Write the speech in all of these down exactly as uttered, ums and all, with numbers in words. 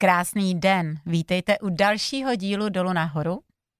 Krásný den, vítejte u dalšího dílu Dolů nahoru,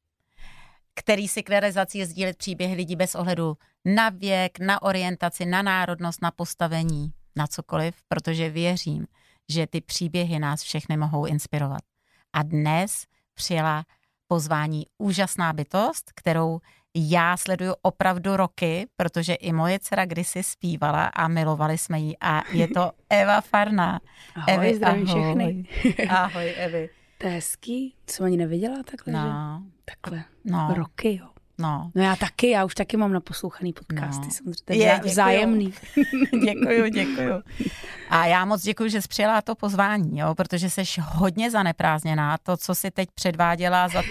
který si klade za cíl sdílet příběhy lidí bez ohledu na věk, na orientaci, na národnost, na postavení, na cokoliv, protože věřím, že ty příběhy nás všechny mohou inspirovat. A dnes přijela pozvání úžasná bytost, kterou já sleduju opravdu roky, protože i moje dcera kdysi zpívala a milovali jsme ji a je to Eva Farná. Ahoj, Evi, zdravím ahoj. všechny. Ahoj, Evi. To je hezký, to jsem ani neviděla takhle, no. že? Takhle, no. roky, jo. No. no já taky, já už taky mám naposlouchaný podcasty, no. samozřejmě, to je, je vzájemný. Děkuju, děkuju. A já moc děkuju, že jsi přijela to pozvání, jo, protože jsi hodně zaneprázdněná. To, co jsi teď předváděla za,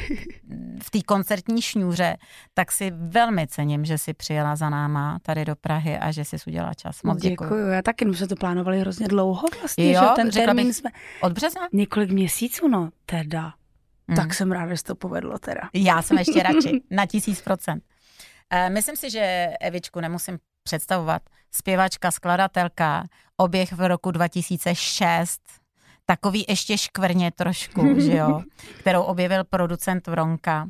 v té koncertní šňůře, tak si velmi cením, že jsi přijela za náma tady do Prahy a že jsi udělala čas. Moc děkuju. Děkuju, já taky, my jsme to plánovali hrozně dlouho vlastně, jo, že ten termín jsme... Od března? Několik měsíců, no, teda. Hmm. Tak jsem ráda, že se to povedlo teda. Já jsem ještě radši, na tisíc procent. E, myslím si, že Evičku nemusím představovat. Zpěvačka, skladatelka, oběh v roku dva tisíce šest, takový ještě škvrně trošku, že jo, kterou objevil producent Vronka.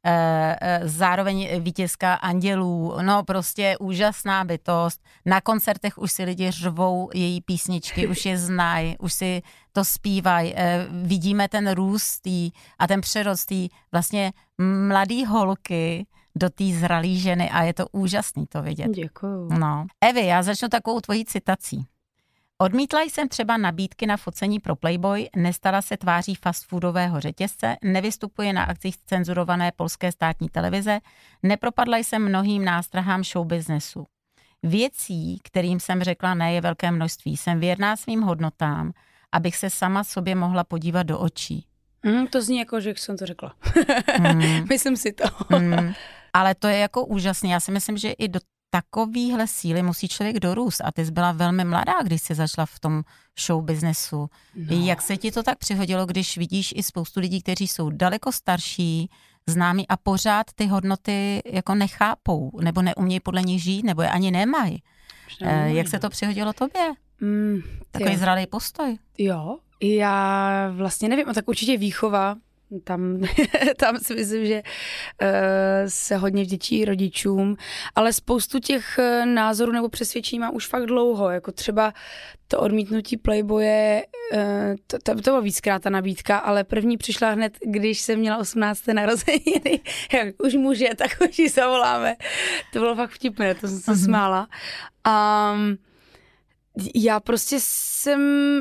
E, e, zároveň vítězka Andělů, no prostě úžasná bytost. Na koncertech už si lidi řvou její písničky, už je znají, už si to zpívají. E, vidíme ten růst tý, a ten přerost tý vlastně mladý holky do té zralý ženy a je to úžasný to vidět. Děkuju. No. Evi, já začnu takovou tvojí citací. Odmítla jsem třeba nabídky na focení pro Playboy, nestala se tváří fastfoodového řetězce, nevystupuje na akcích cenzurované polské státní televize, nepropadla jsem mnohým nástrahám showbiznesu. Věcí, kterým jsem řekla ne, je velké množství. Jsem věrná svým hodnotám, abych se sama sobě mohla podívat do očí. Mm, to zní jako, že jsem to řekla. Mm. Myslím si to. mm. Ale to je jako úžasný. Já si myslím, že i do takovýhle síly musí člověk dorůst. A ty jsi byla velmi mladá, když jsi začala v tom show businessu. No. Jak se ti to tak přihodilo, když vidíš i spoustu lidí, kteří jsou daleko starší, známí a pořád ty hodnoty jako nechápou, nebo neumějí podle nich žít, nebo je ani nemají. E, jak se to přihodilo tobě? Mm, Takový zralý postoj. Jo, já vlastně nevím, a tak určitě výchova. Tam, tam si myslím, že uh, se hodně vděčí rodičům, ale spoustu těch názorů nebo přesvědčení mám už fakt dlouho, jako třeba to odmítnutí Playboye, uh, to, to, to byla víckrát ta nabídka, ale první přišla hned, když jsem měla osmnácté narozeniny, jak už muže, tak už ji zavoláme. To bylo fakt vtipné, to jsem se uh-huh. smála. A um, já prostě jsem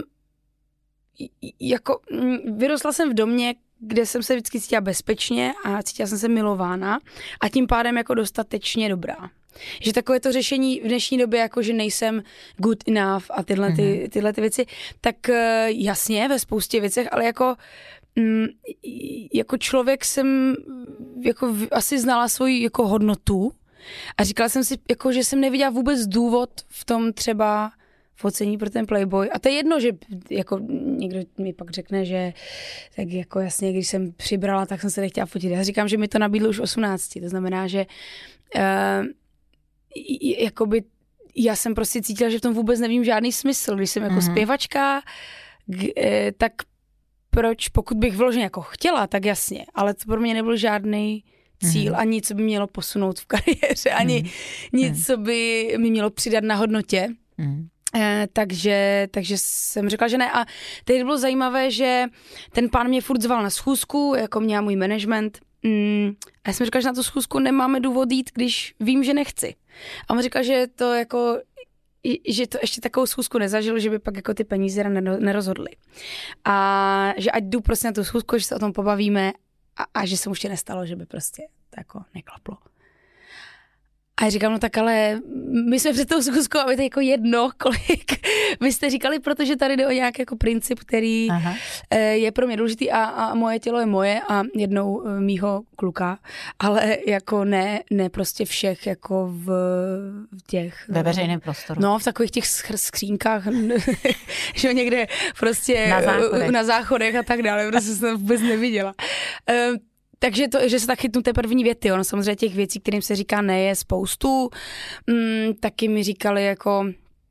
jako, vyrostla jsem v domě, kde jsem se vždycky cítila bezpečně a cítila jsem se milována a tím pádem jako dostatečně dobrá. Že takové to řešení v dnešní době, jako že nejsem good enough a tyhle, ty, tyhle ty věci, tak jasně ve spoustě věcech, ale jako, mm, jako člověk jsem jako asi znala svoji jako hodnotu a říkala jsem si, jako, že jsem neviděla vůbec důvod v tom třeba focení pro ten Playboy. A to je jedno, že jako někdo mi pak řekne, že tak jako jasně, když jsem přibrala, tak jsem se nechtěla fotit. Já říkám, že mi to nabídlo už osmnácti. To znamená, že uh, jakoby já jsem prostě cítila, že v tom vůbec nevím žádný smysl. Když jsem jako mm-hmm. zpěvačka, g, eh, tak proč, pokud bych vloženě jako chtěla, tak jasně. Ale to pro mě nebyl žádný cíl, mm-hmm. ani co by mělo posunout v kariéře, ani mm-hmm. nic, co by mi mělo přidat na hodnotě. Mm-hmm. Eh, takže, takže jsem řekla, že ne. A teď bylo zajímavé, že ten pán mě furt zval na schůzku, jako měla můj management. Mm, a já jsem řekla, že na tu schůzku nemáme důvod jít, když vím, že nechci. A on říkal, že to jako, že to ještě takovou schůzku nezažil, že by pak jako ty peníze nerozhodly. A že ať jdu prostě na tu schůzku, že se o tom pobavíme a, a že se mu ještě nestalo, že by prostě to jako neklaplo. A já říkám, no tak ale my jsme před tou schůzkou a my to jako jedno, kolik vy jste říkali, protože tady jde o nějaký jako princip, který Aha. je pro mě důležitý a, a moje tělo je moje a jednou mýho kluka, ale jako ne, ne prostě všech jako v, v těch... Ve veřejném prostoru. No, v takových těch skřínkách, že někde prostě na záchodech, na záchodech a tak dále, prostě jsem to vůbec neviděla. Takže to, že se tak chytnu té první věty, ono samozřejmě těch věcí, kterým se říká ne, je spoustu. Mm, taky mi říkali jako,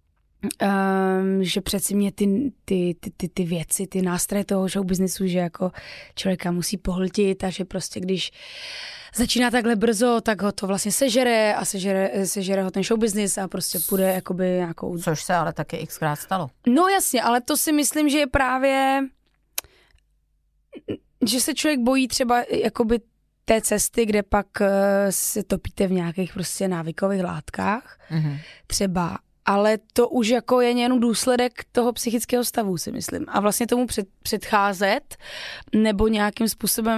Um, že přeci mě ty, ty, ty, ty, ty věci, ty nástroje toho show businessu, že jako člověka musí pohltit a že prostě když začíná takhle brzo, tak ho to vlastně sežere a sežere, sežere ho ten show business a prostě půjde jakoby nějakou... Což se ale taky xkrát stalo. No jasně, ale to si myslím, že je právě, že se člověk bojí třeba jakoby té cesty, kde pak uh, se topíte v nějakých prostě návykových látkách. Mm-hmm. Třeba. Ale to už jako je jenom důsledek toho psychického stavu, si myslím. A vlastně tomu před, předcházet nebo nějakým způsobem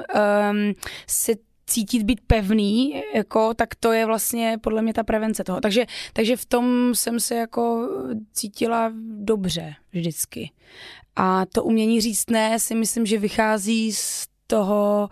um, se cítit být pevný, jako, tak to je vlastně podle mě ta prevence toho. Takže, takže v tom jsem se jako cítila dobře vždycky. A to umění říct ne, si myslím, že vychází z toho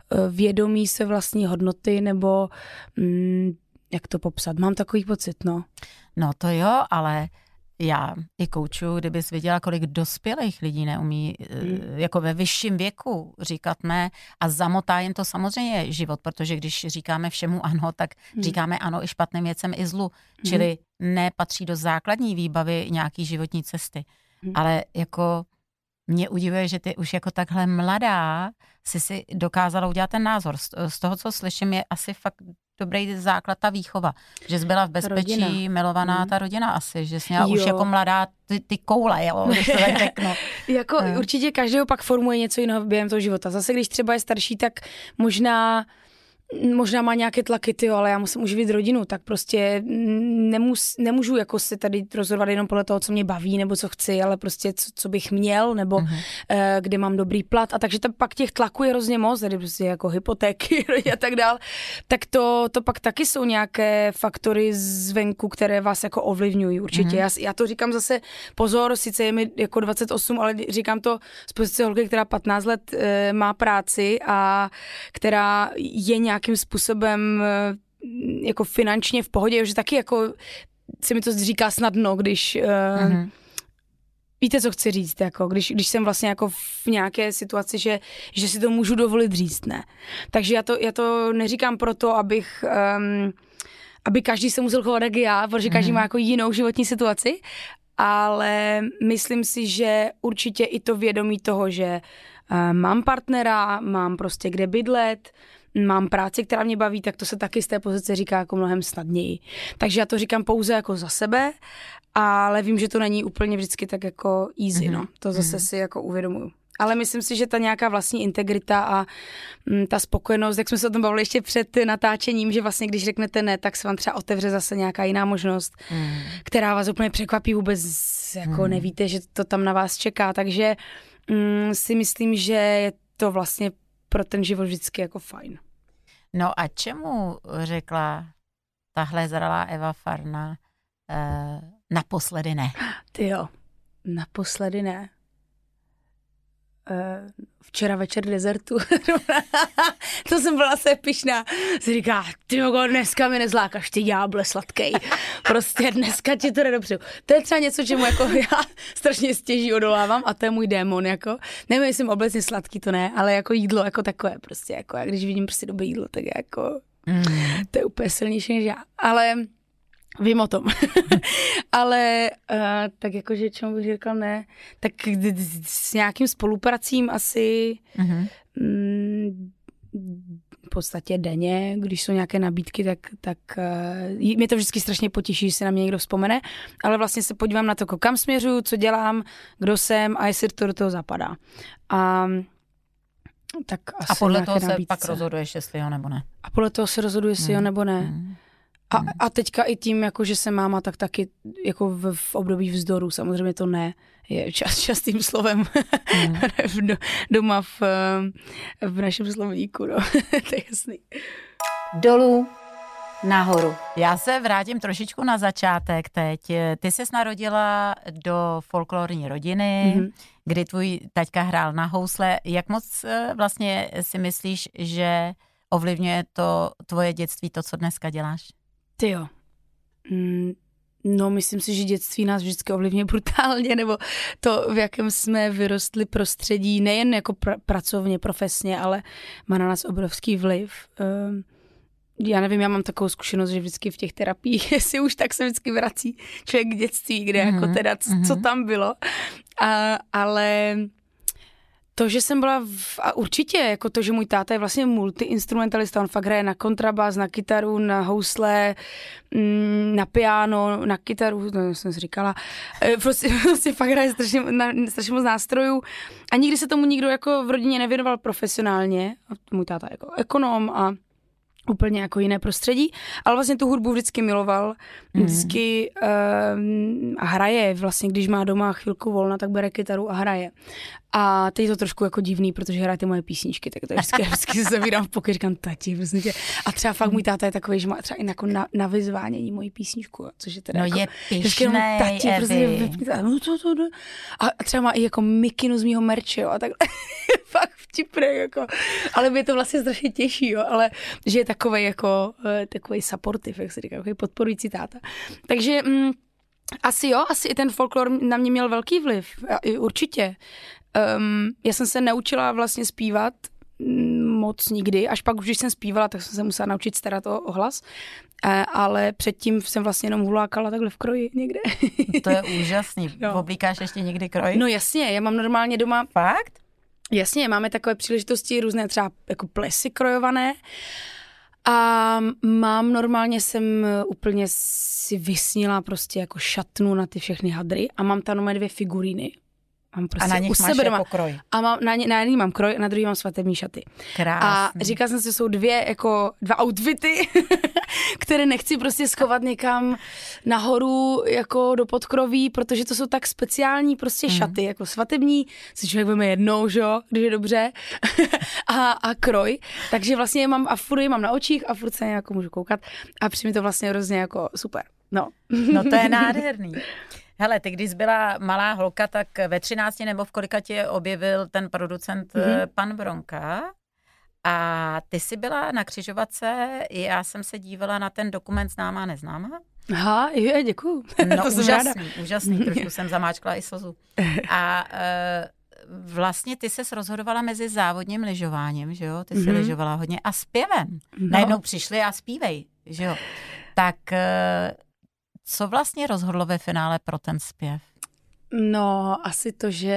vědomí se vlastní hodnoty, nebo mm, jak to popsat, mám takový pocit, no. No to jo, ale já i kouču, kdybys viděla, kolik dospělých lidí neumí mm. jako ve vyšším věku říkat ne a zamotá jen to samozřejmě život, protože když říkáme všemu ano, tak mm. říkáme ano i špatným věcem i zlu, mm. čili nepatří do základní výbavy nějaký životní cesty, mm. ale jako mě udivuje, že ty už jako takhle mladá jsi si dokázala udělat ten názor. Z toho, co slyším, je asi fakt dobrý základ ta výchova. Že jsi byla v bezpečí, rodina. Milovaná hmm. ta rodina asi, že jsi měla jo. už jako mladá ty, ty koule, jo, když to tak řeknu. Jako no. Určitě každého pak formuje něco jiného během toho života. Zase, když třeba je starší, tak možná možná má nějaké tlaky, tyjo, ale já musím uživit rodinu, tak prostě nemus, nemůžu jako si tady rozhodovat jenom podle toho, co mě baví, nebo co chci, ale prostě co, co bych měl, nebo uh-huh. eh, kde mám dobrý plat. A takže tam pak těch tlaků je hrozně moc, tady prostě jako hypotéky a tak dál. Tak to, to pak taky jsou nějaké faktory zvenku, které vás jako ovlivňují určitě. Uh-huh. Já, já to říkám zase, pozor, sice je mi jako dvacet osm, ale říkám to z pozice holky, která patnáct let eh, má práci a která je nějak nějakým způsobem jako finančně v pohodě, že taky jako se mi to říká snadno, když uh-huh. víte, co chci říct, jako když, když jsem vlastně jako v nějaké situaci, že, že si to můžu dovolit říct, ne. Takže já to, já to neříkám proto, abych um, aby každý se musel chovat jak já, protože každý uh-huh. má jako jinou životní situaci, ale myslím si, že určitě i to vědomí toho, že uh, mám partnera, mám prostě kde bydlet, mám práci, která mě baví, tak to se taky z té pozice říká jako mnohem snadněji. Takže já to říkám pouze jako za sebe, ale vím, že to není úplně vždycky tak jako easy, mm-hmm. no. To zase mm-hmm. si jako uvědomuju. Ale myslím si, že ta nějaká vlastní integrita a m, ta spokojenost, jak jsme se o tom bavili ještě před natáčením, že vlastně když řeknete ne, tak se vám třeba otevře zase nějaká jiná možnost, mm. která vás úplně překvapí, vůbec jako mm. nevíte, že to tam na vás čeká. Takže m, si myslím, že je to vlastně pro ten život vždycky jako fajn. No a čemu řekla tahle zralá Eva Farna eh, naposledy ne? Ty jo, naposledy ne. Uh, včera večer dezertu. To jsem byla se pyšná. Si říká, ty jogo, dneska mi nezlákaš, ty ďáble sladkej. Prostě dneska ti to nedopřeju. To je třeba něco, čemu jako já strašně stěží odolávám a to je můj démon, jako. Nevím, jestli jsem obecně sladký, to ne, ale jako jídlo jako takové prostě, jako já když vidím prostě dobré jídlo, tak jako mm. to je úplně silnější než já. Ale vím o tom. Ale uh, tak jakože čemu bych řekla ne, tak s nějakým spolupracím asi uh-huh. mm, v podstatě denně, když jsou nějaké nabídky, tak, tak uh, mě to vždycky strašně potěší, že se na mě někdo vzpomene, ale vlastně se podívám na to, kam směřuju, co dělám, kdo jsem a jestli to do toho zapadá. A tak asi a podle toho se nabídce. Pak rozhoduješ, jestli jo nebo ne. A podle toho se rozhoduje, jestli hmm. jo nebo ne. Hmm. A, a teďka i tím, jako, že jsem máma, tak taky jako v, v období vzdoru, samozřejmě to ne, je čas, častým slovem mm. do, doma v, v našem slovníku, no. To je jasný. Dolů, nahoru. Já se vrátím trošičku na začátek teď. Ty ses narodila do folklorní rodiny, mm-hmm. kdy tvůj taťka hrál na housle. Jak moc vlastně si myslíš, že ovlivňuje to tvoje dětství, to, co dneska děláš? Ty jo. Mm, no, myslím si, že dětství nás vždycky ovlivňuje brutálně, nebo to, v jakém jsme vyrostli prostředí, nejen jako pr- pracovně, profesně, ale má na nás obrovský vliv. Um, já nevím, já mám takovou zkušenost, že vždycky v těch terapiích, jestli už tak se vždycky vrací člověk k dětství, kde mm-hmm. jako teda, co, co tam bylo. A, ale to, že jsem byla, v, a určitě, jako to, že můj táta je vlastně multiinstrumentalista, on fakt hraje na kontrabas, na kytaru, na housle, na piano, na kytaru, to jsem si říkala, prostě, prostě fakt hraje strašně, na, strašně moc nástrojů a nikdy se tomu nikdo jako v rodině nevěnoval profesionálně, můj táta jako ekonom a úplně jako jiné prostředí, ale vlastně tu hudbu vždycky miloval, vždycky mm. uh, a hraje, vlastně když má doma chvilku volna, tak bere kytaru a hraje. A teď je to trošku jako divný, protože hraje ty moje písničky, tak to vždycky, vždycky se zavírám v pokoji, říkám, tati, prostě tě. A třeba fakt můj táta je takový, že má třeba i jako na, na vyzvánění moji písničku, což je teda no jako, je pyšnej, tati, prostě, no to, to, to. A třeba má i jako mikinu z mýho merče, jo, a tak fakt vtipné, jako. Ale mě to vlastně strašně těší, jo, ale že je takovej jako, takovej supportive, jak se říká, takový podporující táta. Takže mm, asi jo, asi i ten folklor na mě měl velký vliv, určitě. Um, já jsem se naučila vlastně zpívat moc nikdy, až pak už, když jsem zpívala, tak jsem se musela naučit starat o, o hlas, e, ale předtím jsem vlastně jenom hulákala takhle v kroji někde. To je úžasný. No. Oblíkáš ještě někdy kroj? No jasně, já mám normálně doma... Fakt? Jasně, máme takové příležitosti, různé třeba jako plesy krojované. A mám normálně, jsem úplně si vysnila prostě jako šatnu na ty všechny hadry a mám tam dvě figuríny. Mám prostě a na nich u máš sebe jako doma. kroj. A mám, na, na jedný mám kroj a na druhý mám svatební šaty. Krásný. A říkala jsem si, že jsou dvě, jako dva outfity, které nechci prostě schovat někam nahoru jako do podkroví, protože to jsou tak speciální prostě mm. šaty, jako svatební, si člověk veme jednou, že jo, když je dobře, a, a kroj. Takže vlastně je mám a furt je mám na očích a furt se jako můžu koukat a přijde mi to vlastně hrozně jako super. No. No to je nádherný. Hele, ty když byla malá holka, tak ve třinácti nebo v kolika tě objevil ten producent mm-hmm. pan Bronka a ty jsi byla na křižovatce, já jsem se dívala na ten dokument Známá neznámá. Aha, je, děkuju. No úžasný, úžasný, trošku jsem zamáčkla i slzu. A e, vlastně ty ses rozhodovala mezi závodním lyžováním, že jo, ty jsi mm-hmm. lyžovala hodně a zpěvem. No. Najednou přišli a zpívej, že jo. Tak... E, co vlastně rozhodlo ve finále pro ten zpěv? No, asi to, že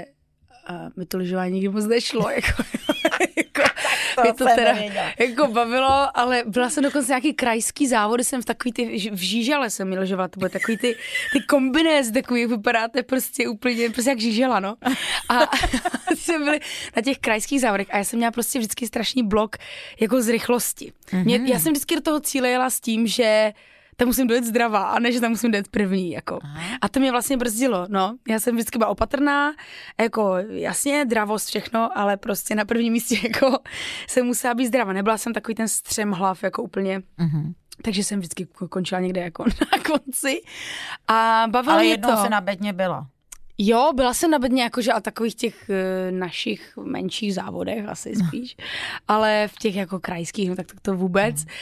uh, mi to lyžování nikdy moc nešlo. Jako, jako, to mě to teda jako bavilo, ale byla jsem dokonce nějaký krajský závody, jsem v takový ty, v Žížale jsem mi lyžovala, to byly takový ty, ty kombinéz, takový, vypadáte prostě úplně, prostě jak Žížela, no. A, a jsme byli na těch krajských závodech a já jsem měla prostě vždycky strašný blok jako z rychlosti. Mm-hmm. Mě, já jsem vždycky do toho cíle jela s tím, že tam musím dojet zdravá a ne, že tam musím dojet první, jako. Aha. A to mě vlastně brzdilo, no. Já jsem vždycky byla opatrná, jako jasně, dravost, všechno, ale prostě na prvním místě, jako, jsem musela být zdravá. Nebyla jsem takový ten střem hlav, jako úplně. Uh-huh. Takže jsem vždycky končila někde, jako na konci. A bavilo ale mě jednou to. se na bedně byla. Jo, byla jsem na bedně, jakože a takových těch uh, našich menších závodech asi spíš, ale v těch jako krajských, no tak to, to vůbec. Uh-huh.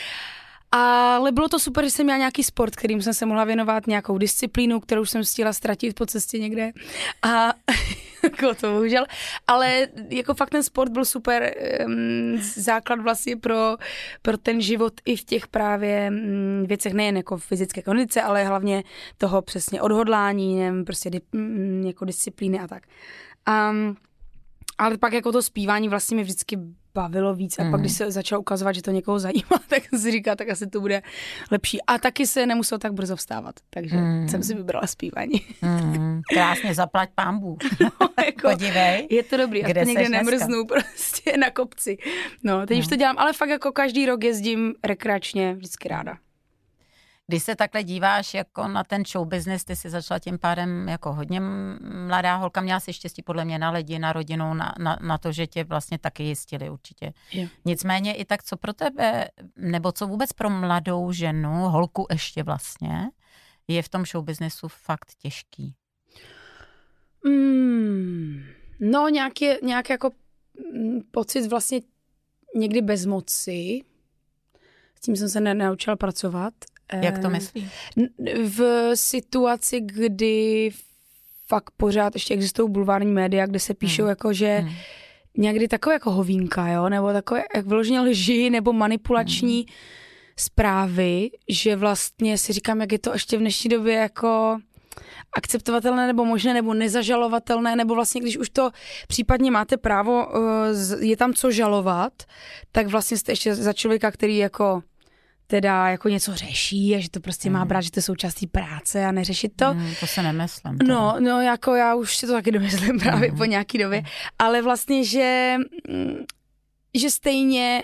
Ale bylo to super, že jsem měla nějaký sport, kterým jsem se mohla věnovat, nějakou disciplínu, kterou jsem stihla ztratit po cestě někde. A jako to bohužel. Ale jako fakt ten sport byl super um, základ vlastně pro, pro ten život i v těch právě um, věcech, nejen jako fyzické kondice, ale hlavně toho přesně odhodlání, nevím, prostě di, um, jako disciplíny a tak. Um, ale pak jako to zpívání vlastně mi vždycky bavilo víc a mm. pak, když se začalo ukazovat, že to někoho zajímá, tak si říká, tak asi to bude lepší. A taky se nemuselo tak brzo vstávat, takže mm. jsem si vybrala zpívání. Mm. Krásně, zaplať pánbůh. No, jako, podívej. Je to dobrý, aspoň někde nemrznu prostě na kopci. No, teď mm. už to dělám, ale fakt jako každý rok jezdím rekreačně, vždycky ráda. Když se takhle díváš jako na ten show business, ty jsi začala tím pádem jako hodně mladá holka, měla si štěstí podle mě na lidi, na rodinu, na, na, na to, že tě vlastně taky jistili určitě. Yeah. Nicméně i tak, co pro tebe, nebo co vůbec pro mladou ženu, holku ještě vlastně, je v tom show businessu fakt těžký? Mm, no nějaký, nějaký jako pocit vlastně někdy bezmoci. S tím jsem se nenaučila pracovat. Jak to myslíš? V situaci, kdy fakt pořád ještě existují bulvární média, kde se píšou hmm. jako, že hmm. někdy takové jako hovínka, jo, nebo takové jak vyloženě lži, nebo manipulační, zprávy, že vlastně si říkám, jak je to ještě v dnešní době jako akceptovatelné nebo možné, nebo nezažalovatelné, nebo vlastně když už to případně máte právo, je tam co žalovat, tak vlastně jste ještě za člověka, který jako teda jako něco řeší a že to prostě mm. má brát, že to je součástí práce a neřešit to. Mm, to se nemyslím. Teda. No, no, jako já už si to taky domyslím právě mm. po nějaký době, ale vlastně, že, že stejně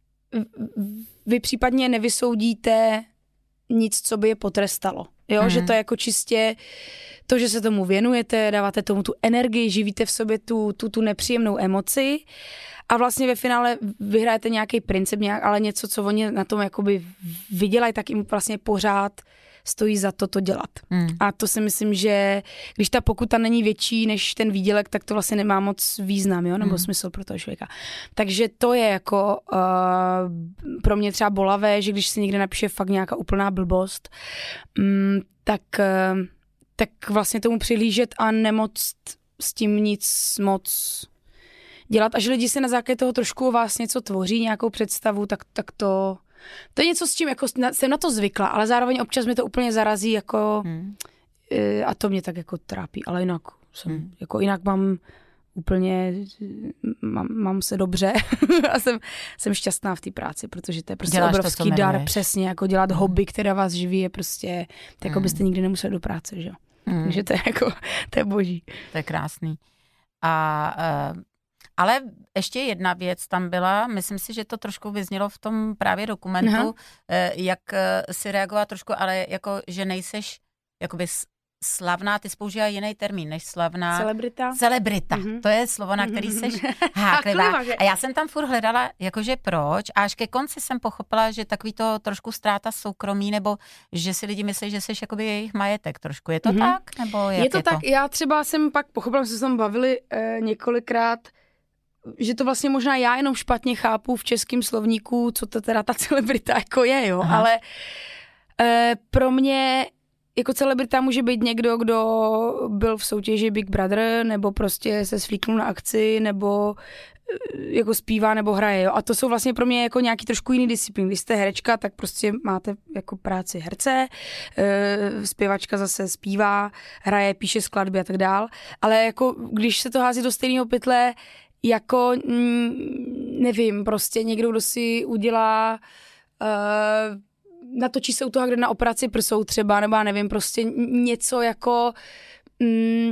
vy případně nevysoudíte nic, co by je potrestalo. Jo, mm. že to je jako čistě to, že se tomu věnujete, dáváte tomu tu energii, živíte v sobě tu, tu, tu nepříjemnou emoci a vlastně ve finále vyhrajete nějaký princip, nějak, ale něco, co oni na tom jakoby vydělají, tak jim vlastně pořád stojí za to to dělat. Mm. A to si myslím, že když ta pokuta není větší než ten výdělek, tak to vlastně nemá moc význam, jo, nebo mm. smysl pro toho člověka. Takže to je jako uh, pro mě třeba bolavé, že když si někde napíše fakt nějaká úplná blbost, um, tak, uh, tak vlastně tomu přihlížet a nemoc s tím nic moc dělat. A že lidi si na základě toho trošku o vás něco tvoří, nějakou představu, tak, tak to To je něco, s čím jako jsem na to zvykla, ale zároveň občas mě to úplně zarazí jako hmm. a to mě tak jako trápí, ale jinak jsem, hmm. jako jinak mám úplně, mám, mám se dobře a jsem, jsem šťastná v té práci, protože to je prostě Děláš obrovský to, dar, přesně, jako dělat hmm. hobby, která vás živí, je prostě, to jako hmm. byste nikdy nemuseli do práce, že jo. Hmm. Takže to je jako, to je boží. To je krásný. A uh... Ale ještě jedna věc tam byla, myslím si, že to trošku vyznělo v tom právě dokumentu, Aha. jak si reagovat trošku, ale jako, že nejseš jakoby slavná, ty používá jiný termín než slavná. Celebrita. Celebrita, mm-hmm. to je slovo, na který seš háklivá. A já jsem tam furt hledala, jakože proč, a až ke konci jsem pochopila, že takový to trošku ztráta soukromí, nebo že si lidi myslí, že seš jakoby jejich majetek trošku. Je to mm-hmm. tak? Nebo jak je to je tak, to? Já třeba jsem pak pochopila, že jsme se tam bavili eh, několikrát, že to vlastně možná já jenom špatně chápu v českém slovníku, co to teda ta celebrita jako je, jo, Aha. ale e, pro mě jako celebrita může být někdo, kdo byl v soutěži Big Brother, nebo prostě se sflíknul na akci, nebo e, jako zpívá, nebo hraje, jo, a to jsou vlastně pro mě jako nějaký trošku jiný disciplín. Když jste herečka, tak prostě máte jako práci herce, e, zpěvačka zase zpívá, hraje, píše skladby a tak dál, ale jako když se to hází do stejného pytle, jako, mm, nevím, prostě někdo, kdo si udělá, uh, natočí se u toho, kde na operaci prsou třeba, nebo já nevím, prostě něco jako, mm,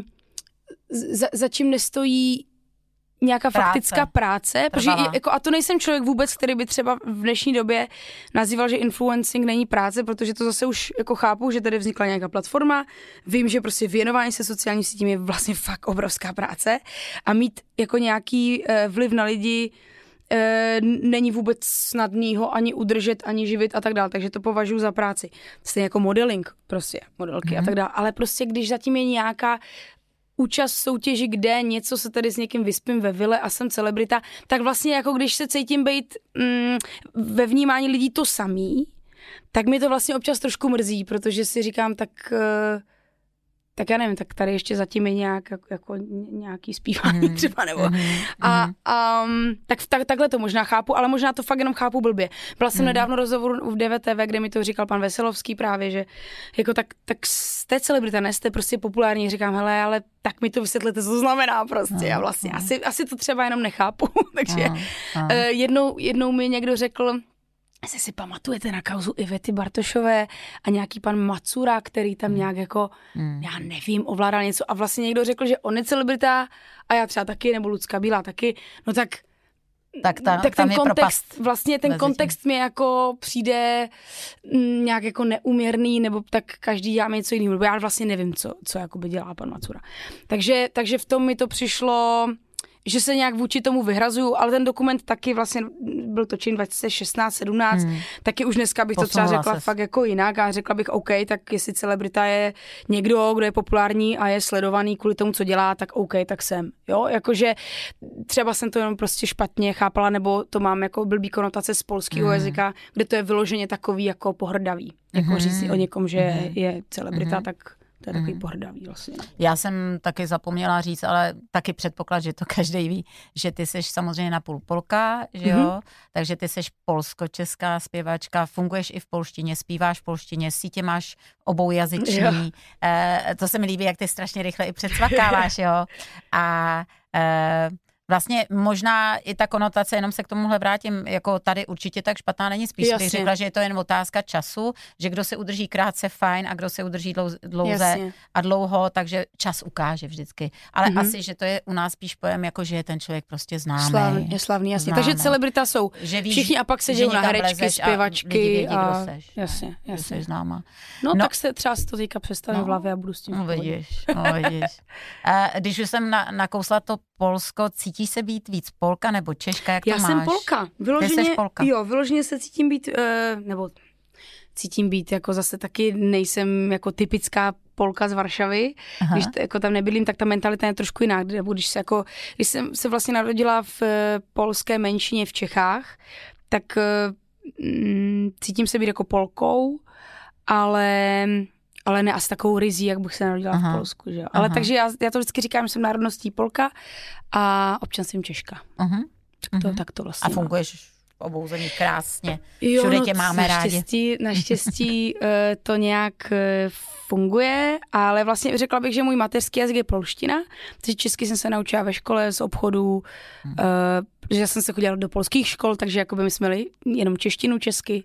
za, za čím nestojí nějaká práce. faktická práce, protože jako, a to nejsem člověk vůbec, který by třeba v dnešní době nazýval, že influencing není práce, protože to zase už jako chápu, že tady vznikla nějaká platforma, vím, že prostě věnování se sociálním sítím je vlastně fakt obrovská práce a mít jako nějaký uh, vliv na lidi uh, není vůbec snadný ho ani udržet, ani živit a tak dále, takže to považuji za práci. Stejně jako modeling, prostě modelky mm-hmm. a tak dále, ale prostě když zatím je nějaká účast v soutěži, kde něco se tady s někým vyspím ve vile a jsem celebrita, tak vlastně jako když se cítím být mm, ve vnímání lidí to samý, tak mi to vlastně občas trošku mrzí, protože si říkám, tak uh, tak já nevím, tak tady ještě zatím je nějak, jako, jako nějaký zpívání mm. třeba, nebo mm. a um, tak, tak takhle to možná chápu, ale možná to fakt jenom chápu blbě. Byla jsem mm. nedávno rozhovoru v D V T V, kde mi to říkal pan Veselovský právě, že jako tak, tak jste celebrita, ne, jste prostě populární, říkám, hele, ale tak mi to vysvětlete, co to znamená prostě a vlastně mm. asi, asi to třeba jenom nechápu, takže mm. uh, jednou, jednou mi někdo řekl, jestli si pamatujete na kauzu Ivety Bartošové a nějaký pan Macura, který tam nějak jako, hmm. já nevím, ovládal něco a vlastně někdo řekl, že on je celebrita a já třeba taky, nebo Lucka Bílá taky, no tak, tak, ta, tak tam ten kontext, vlastně ten kontext mi jako přijde nějak jako neuměrný, nebo tak každý dělá něco jiného, nebo já vlastně nevím, co, co jakoby dělá pan Macura. Takže, takže v tom mi to přišlo, že se nějak vůči tomu vyhrazuju, ale ten dokument taky vlastně byl točen dva tisíce šestnáct sedmnáct, hmm. taky už dneska bych Posunula to třeba řekla ses. fakt jako jinak a řekla bych OK, tak jestli celebrita je někdo, kdo je populární a je sledovaný kvůli tomu, co dělá, tak OK, tak jsem. Jo, jakože třeba jsem to jenom prostě špatně chápala, nebo to mám jako blbý konotace z polského hmm. jazyka, kde to je vyloženě takový jako pohrdavý. Jako hmm. říct o někom, že hmm. je celebrita, hmm. tak To je takový mm. pohrdavý vlastně. Já jsem taky zapomněla říct, ale taky předpoklad, že to každý ví, že ty seš samozřejmě napůl Polka, že jo, mm-hmm. takže ty seš polsko-česká zpěvačka, funguješ i v polštině, zpíváš v polštině, sítě máš oboujazyční, e, to se mi líbí, jak ty strašně rychle i předsvakáváš, jo, a e, vlastně možná i ta konotace, jenom se k tomuhle vrátím, jako tady určitě tak špatná není, spíš bych řekla, že je to jen otázka času, že kdo se udrží krátce fajn a kdo se udrží dlouze, dlouze a dlouho, takže čas ukáže vždycky. Ale mm-hmm. asi, že to je u nás spíš pojem, jako že je ten člověk prostě známý. Slavný, je slavný, jasně. Známe. Takže celebrita jsou že víš, všichni a pak se dějou na herečky, zpěvačky. A, vědí, a... seš, jasně, jasně. Jsi známá. No, no tak se třeba si to teďka představím no, v hlavě a budu s tím. No vidíš, no vidíš. A když už jsem na, nakousla to Polsko, cítíš se být víc Polka nebo Češka, jak to Já máš? jsem Polka. Vyloženě, Ty jsi Polka. Jo, vyloženě se cítím být, uh, nebo cítím být, jako zase taky nejsem jako typická Polka z Varšavy. Aha. Když t, jako tam nebydlím, tak ta mentalita je trošku jiná. Nebo když se jako, když jsem se vlastně narodila v uh, polské menšině v Čechách, tak uh, mm, cítím se být jako Polkou, ale... ale ne asi takovou rizí, jak bych se narodila aha, v Polsku. Že jo? Ale aha. takže já, já to vždycky říkám, že jsem národností Polka a občanstvím Češka. Aha, tak, to, tak to vlastně a funguješ v obou zemích krásně. Jo, Všude tě no, máme naštěstí, rádi. Naštěstí uh, to nějak uh, funguje, ale vlastně řekla bych, že můj mateřský jazyk je polština, takže česky jsem se naučila ve škole z obchodů, hmm. uh, protože já jsem se chodila do polských škol, takže jakoby my jsme měli jenom češtinu česky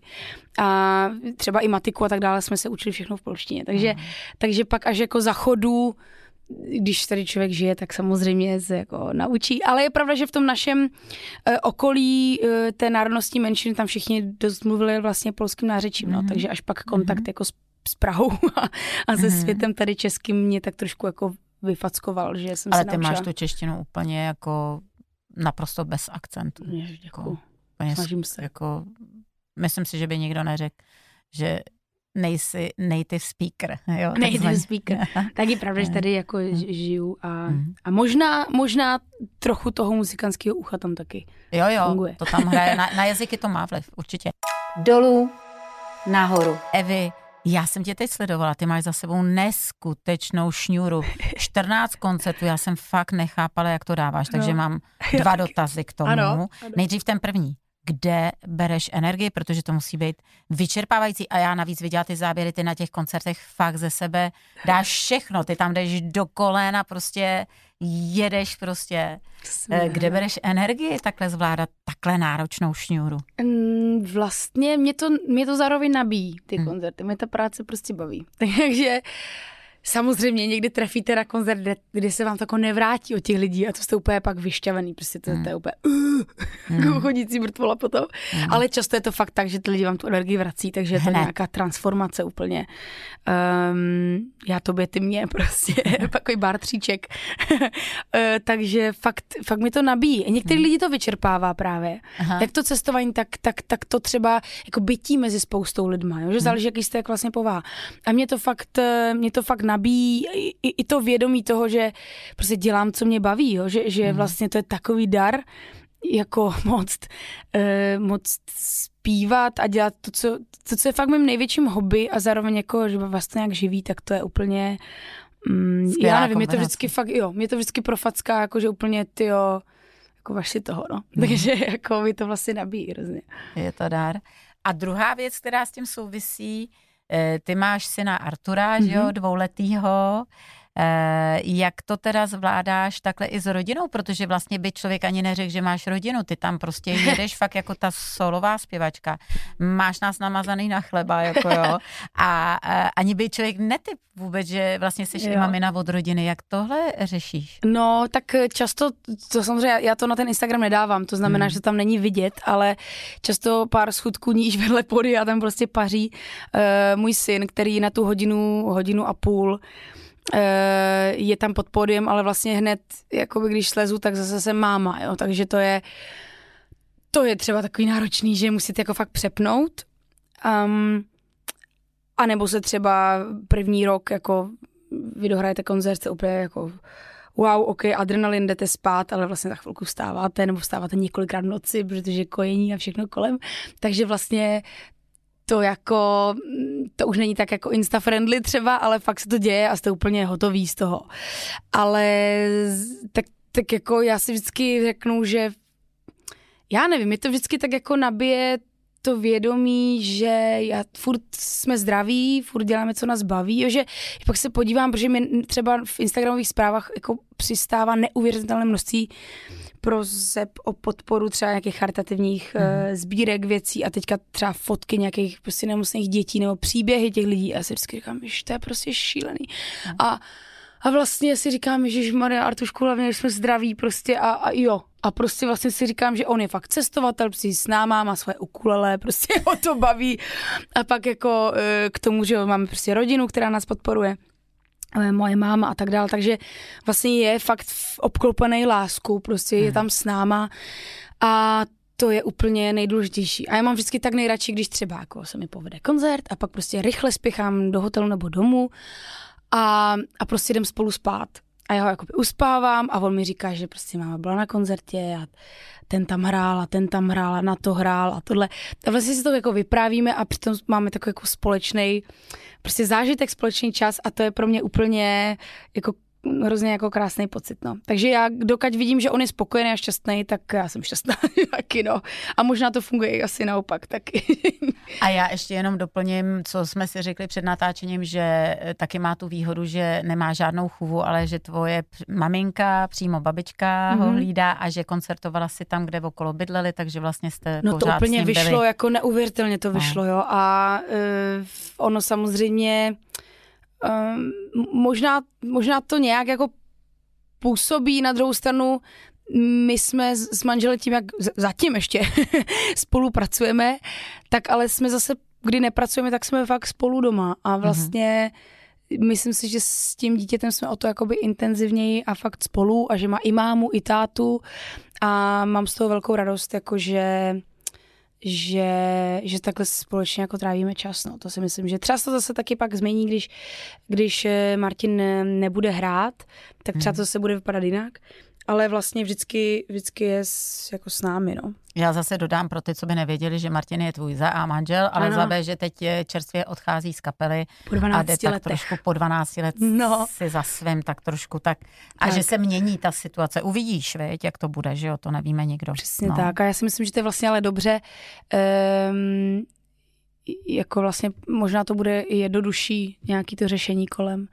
a třeba i matiku a tak dále jsme se učili všechno v polštině. Takže, hmm. takže pak až jako za chodu, když tady člověk žije, tak samozřejmě se jako naučí. Ale je pravda, že v tom našem uh, okolí uh, té národnostní menšiny tam všichni dost mluvili vlastně polským nářečím, mm-hmm. no, takže až pak kontakt mm-hmm. jako s, s Prahou a, a se mm-hmm. světem tady českým mě tak trošku jako vyfackoval, že jsem Ale se naučila. Ale ty máš tu češtinu úplně jako naprosto bez akcentu. Děkuju. Jako, Snažím se. Jako, myslím si, že by nikdo neřekl, že nejsi native speaker. Jo, native speaker. Tak je pravda, že tady jako žiju a, a možná, možná trochu toho muzikantského ucha tam taky Jo, jo, funguje. To tam hraje. Na, na jazyky to má vliv, určitě. Dolů, nahoru. Evi, já jsem tě teď sledovala, ty máš za sebou neskutečnou šňůru. čtrnáct koncertů, já jsem fakt nechápala, jak to dáváš, takže no. mám dva dotazy k tomu. Ano, ano. Nejdřív ten první. Kde bereš energii, protože to musí být vyčerpávající a já navíc viděla ty záběry, ty na těch koncertech fakt ze sebe dáš všechno, ty tam jdeš do kolena, prostě jedeš prostě. Jsme. Kde bereš energii takhle zvládat takhle náročnou šňůru? Vlastně mě to, mě to zároveň nabíjí, ty hmm. koncerty, mě ta práce prostě baví, takže samozřejmě někdy trefíte na koncert, kde, kde se vám to jako nevrátí od těch lidí a to jste úplně pak vyšťavený, prostě to, mm. to je úplně uh, mm. chodící mrtvola potom. Mm. Ale často je to fakt tak, že ty lidi vám tu energii vrací, takže je to Hned. nějaká transformace úplně. Um, já tobě, ty mě, prostě takový bártříček. uh, takže fakt, fakt mi to nabíjí. Některý mm. lidi to vyčerpává právě. Aha. Jak to cestování, tak, tak, tak to třeba jako bytí mezi spoustou lidma, jo? Že mm. záleží, jaký jste jak vlastně povaha. A mě to fakt, mě to fakt nabíjí i, i to vědomí toho, že prostě dělám, co mě baví, jo? Že, že vlastně to je takový dar, jako moc, eh, moc zpívat a dělat to co, to, co je fakt mým největším hobby a zároveň jako, že vás to nějak živí, tak to je úplně, mm, já nevím, mě to vždycky fakt, jo, mě to vždycky profacká, jako že úplně, tyjo, jako vaš si toho, no. Mm. Takže jako mi to vlastně nabíjí hrozně. Je to dar. A druhá věc, která s tím souvisí, ty máš syna Artura, mm-hmm. že jo, dvouletýho. Jak to teda zvládáš takhle i s rodinou? Protože vlastně by člověk ani neřekl, že máš rodinu. Ty tam prostě jedeš fakt jako ta solová zpěvačka. Máš nás namazaný na chleba, jako jo. A, a ani by člověk netyp vůbec, že vlastně jsi i mamina od rodiny. Jak tohle řešíš? No, tak často, to samozřejmě, já to na ten Instagram nedávám, to znamená, hmm. že to tam není vidět, ale často pár schůdků níž vedle pody a tam prostě paří uh, můj syn, který na tu hodinu, hodinu a půl je tam pod pódiem, ale vlastně hned, jakoby když slezu, tak zase jsem máma, jo, takže to je to je třeba takový náročný, že musíte jako fakt přepnout um, a nebo se třeba první rok jako vy dohrajete koncert, úplně jako wow, ok, adrenalin, jdete spát, ale vlastně za chvilku vstáváte, nebo vstáváte několikrát v noci, protože kojení a všechno kolem, takže vlastně to jako, to už není tak jako insta-friendly třeba, ale fakt se to děje a jste úplně hotový z toho. Ale tak, tak jako já si vždycky řeknu, že já nevím, mě to vždycky tak jako nabije to vědomí, že já, furt jsme zdraví, furt děláme, co nás baví, jo, že pak se podívám, protože mi třeba v instagramových zprávách jako přistává neuvěřitelné množství proseb o podporu třeba nějakých charitativních mm. uh, sbírek věcí a teďka třeba fotky nějakých prostě nemocných dětí nebo příběhy těch lidí a já si vždycky říkám, že to je prostě šílený. Mm. A, a vlastně si říkám, ježišmarja, Artušku, hlavně, že jsme zdraví prostě a, a jo. A prostě vlastně si říkám, že on je fakt cestovatel, prostě s náma, má svoje ukulele, prostě ho to baví. A pak jako k tomu, že máme prostě rodinu, která nás podporuje, moje máma a tak dále, takže vlastně je fakt obklopený láskou, prostě hmm. je tam s náma a to je úplně nejdůležitější. A já mám vždycky tak nejradši, když třeba jako se mi povede koncert a pak prostě rychle spěchám do hotelu nebo domů a, a prostě jdem spolu spát. A já ho jakoby uspávám a on mi říká, že prostě máma byla na koncertě a ten tam hrál a ten tam hrál a na to hrál a tohle. A vlastně si to jako vyprávíme a přitom máme takový jako společný prostě zážitek, společný čas a to je pro mě úplně jako hrozně jako krásný pocit, no. Takže já, dokud vidím, že on je spokojený a šťastný, tak já jsem šťastná taky, no. A možná to funguje i asi naopak taky. A já ještě jenom doplním, co jsme si řekli před natáčením, že taky má tu výhodu, že nemá žádnou chůvu, ale že tvoje maminka, přímo babička mm-hmm. ho hlídá a že koncertovala si tam, kde okolo bydleli, takže vlastně jste no pořád to úplně s ním vyšlo, byli. Jako neuvěřitelně to vyšlo, no. Jo. A uh, ono samozřejmě Um, možná, možná to nějak jako působí, na druhou stranu my jsme s, s manželem tím, jak zatím ještě spolupracujeme, tak ale jsme zase, kdy nepracujeme, tak jsme fakt spolu doma a vlastně mm-hmm. myslím si, že s tím dítětem jsme o to jakoby intenzivněji a fakt spolu a že má i mámu, i tátu a mám z toho velkou radost, jakože Že, že takhle společně jako trávíme čas. No. To si myslím, že třeba to zase taky pak změní, když, když Martin nebude hrát, tak třeba to zase bude vypadat jinak. Ale vlastně vždycky, vždycky je s, jako s námi, no. Já zase dodám pro ty, co by nevěděli, že Martin je tvůj za A manžel, ale ano. za B, že teď čerstvě odchází z kapely a jde tak trošku po dvanácti let no. si za svým tak trošku tak. A tak. Že se mění ta situace. Uvidíš, viď, jak to bude, že jo, to nevíme nikdo. Přesně no. tak a já si myslím, že to je vlastně ale dobře. Um, jako vlastně možná to bude i jednodušší nějaký to řešení kolem.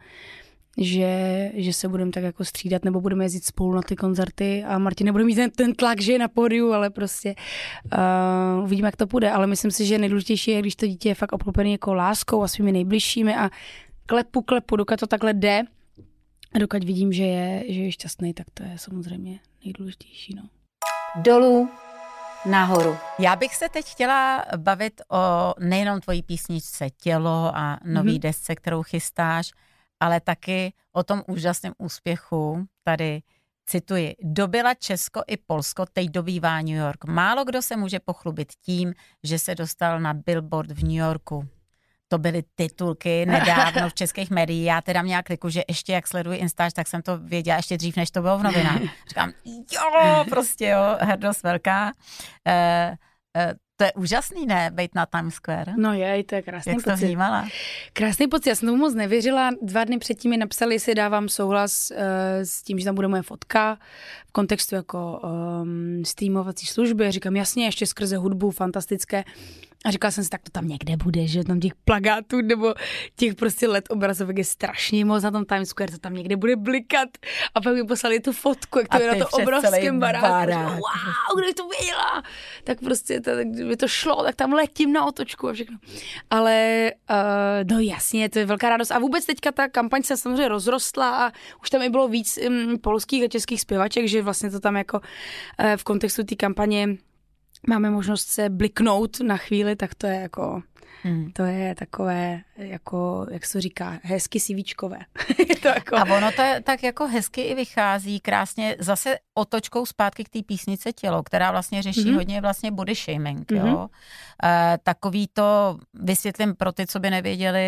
Že, že se budeme tak jako střídat, nebo budeme jezdit spolu na ty koncerty a Martin nebude mít ten, ten tlak, že je na pódiu, ale prostě uh, uvidíme, jak to půjde. Ale myslím si, že nejdůležitější je, když to dítě je fakt obklopené jako láskou a svými nejbližšími a klepu, klepu, dokud to takhle jde a dokud vidím, že je, že je šťastný, tak to je samozřejmě nejdůležitější. No. Dolů, nahoru. Já bych se teď chtěla bavit o nejenom tvojí písničce Tělo a nový mm-hmm. desce, kterou chystáš, ale taky o tom úžasném úspěchu. Tady cituji, dobyla Česko i Polsko, teď dobývá New York. Málo kdo se může pochlubit tím, že se dostal na Billboard v New Yorku. To byly titulky nedávno v českých médiích. Já teda měla kliku, že ještě jak sleduji Instač, tak jsem to věděla ještě dřív, než to bylo v novinách. Říkám, jo, prostě jo, hrdost velká. Uh, uh, To je úžasný, ne, být na Times Square? No je, to je krásný pocit. Jak jsi to vnímala? Krásný pocit, já jsem tomu moc nevěřila. Dva dny předtím mi napsali, jestli dávám souhlas uh, s tím, že tam bude moje fotka v kontextu jako um, streamovací služby. Říkám, jasně, ještě skrze hudbu, fantastické. A říkala jsem si, tak to tam někde bude, že tam těch plakátů nebo těch prostě let obrazovek je strašně moc na tom Times Square, to tam někde bude blikat. A pak mi poslali tu fotku, jak to je na to obrovském baráku. Wow, kde to viděla? Tak prostě to, tak by to šlo, tak tam letím na otočku a všechno. Ale uh, no jasně, to je velká radost. A vůbec teďka ta kampaň se samozřejmě rozrostla a už tam i bylo víc um, polských a českých zpěvaček, že vlastně to tam jako uh, v kontextu té kampaně máme možnost se bliknout na chvíli, tak to je jako, hmm. to je takové, jako, jak se to říká, hezky CVčkové. to jako... A ono to je, tak jako hezky i vychází krásně zase otočkou zpátky k té písnice Tělo, která vlastně řeší mm-hmm. hodně vlastně body shaming, mm-hmm. jo. E, takový to, vysvětlím pro ty, co by nevěděli,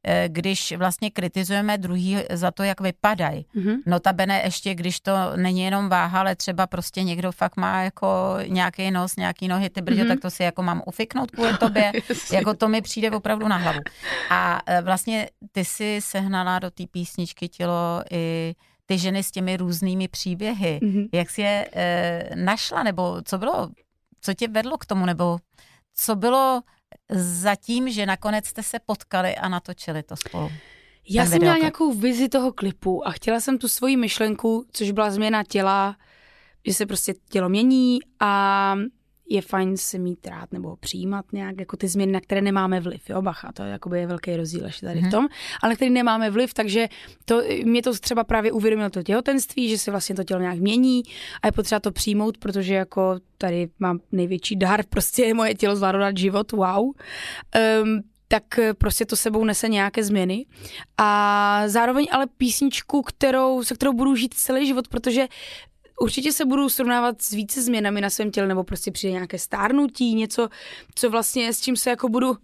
když vlastně kritizujeme druhý za to, jak vypadají. Mm-hmm. Notabene ještě, když to není jenom váha, ale třeba prostě někdo fakt má jako nějaký nos, nějaký nohy, ty brďo, mm-hmm. tak to si jako mám ufiknout kvůli tobě. Jako to mi přijde opravdu na hlavu. A vlastně ty si sehnala do té písničky Tělo i ty ženy s těmi různými příběhy. Mm-hmm. Jak jsi je e, našla, nebo co bylo, co tě vedlo k tomu, nebo co bylo zatím, že nakonec jste se potkali a natočili to spolu? Já jsem měla nějakou vizi toho klipu a chtěla jsem tu svoji myšlenku, což byla změna těla, že se prostě tělo mění a je fajn se mít rád nebo přijímat nějak jako ty změny, na které nemáme vliv. Jo, bacha, to jakoby je velký rozdíl ještě tady v tom, ale na který nemáme vliv, takže to, mě to třeba právě uvědomilo to těhotenství, že se vlastně to tělo nějak mění a je potřeba to přijmout, protože jako tady mám největší dar, prostě moje tělo zvládlo dát život, wow. Um, tak prostě to sebou nese nějaké změny. A zároveň ale písničku, kterou, se kterou budu žít celý život, protože určitě se budu srovnávat s více změnami na svém těle, nebo prostě přijde nějaké stárnutí, něco, co vlastně, s čím se jako budu...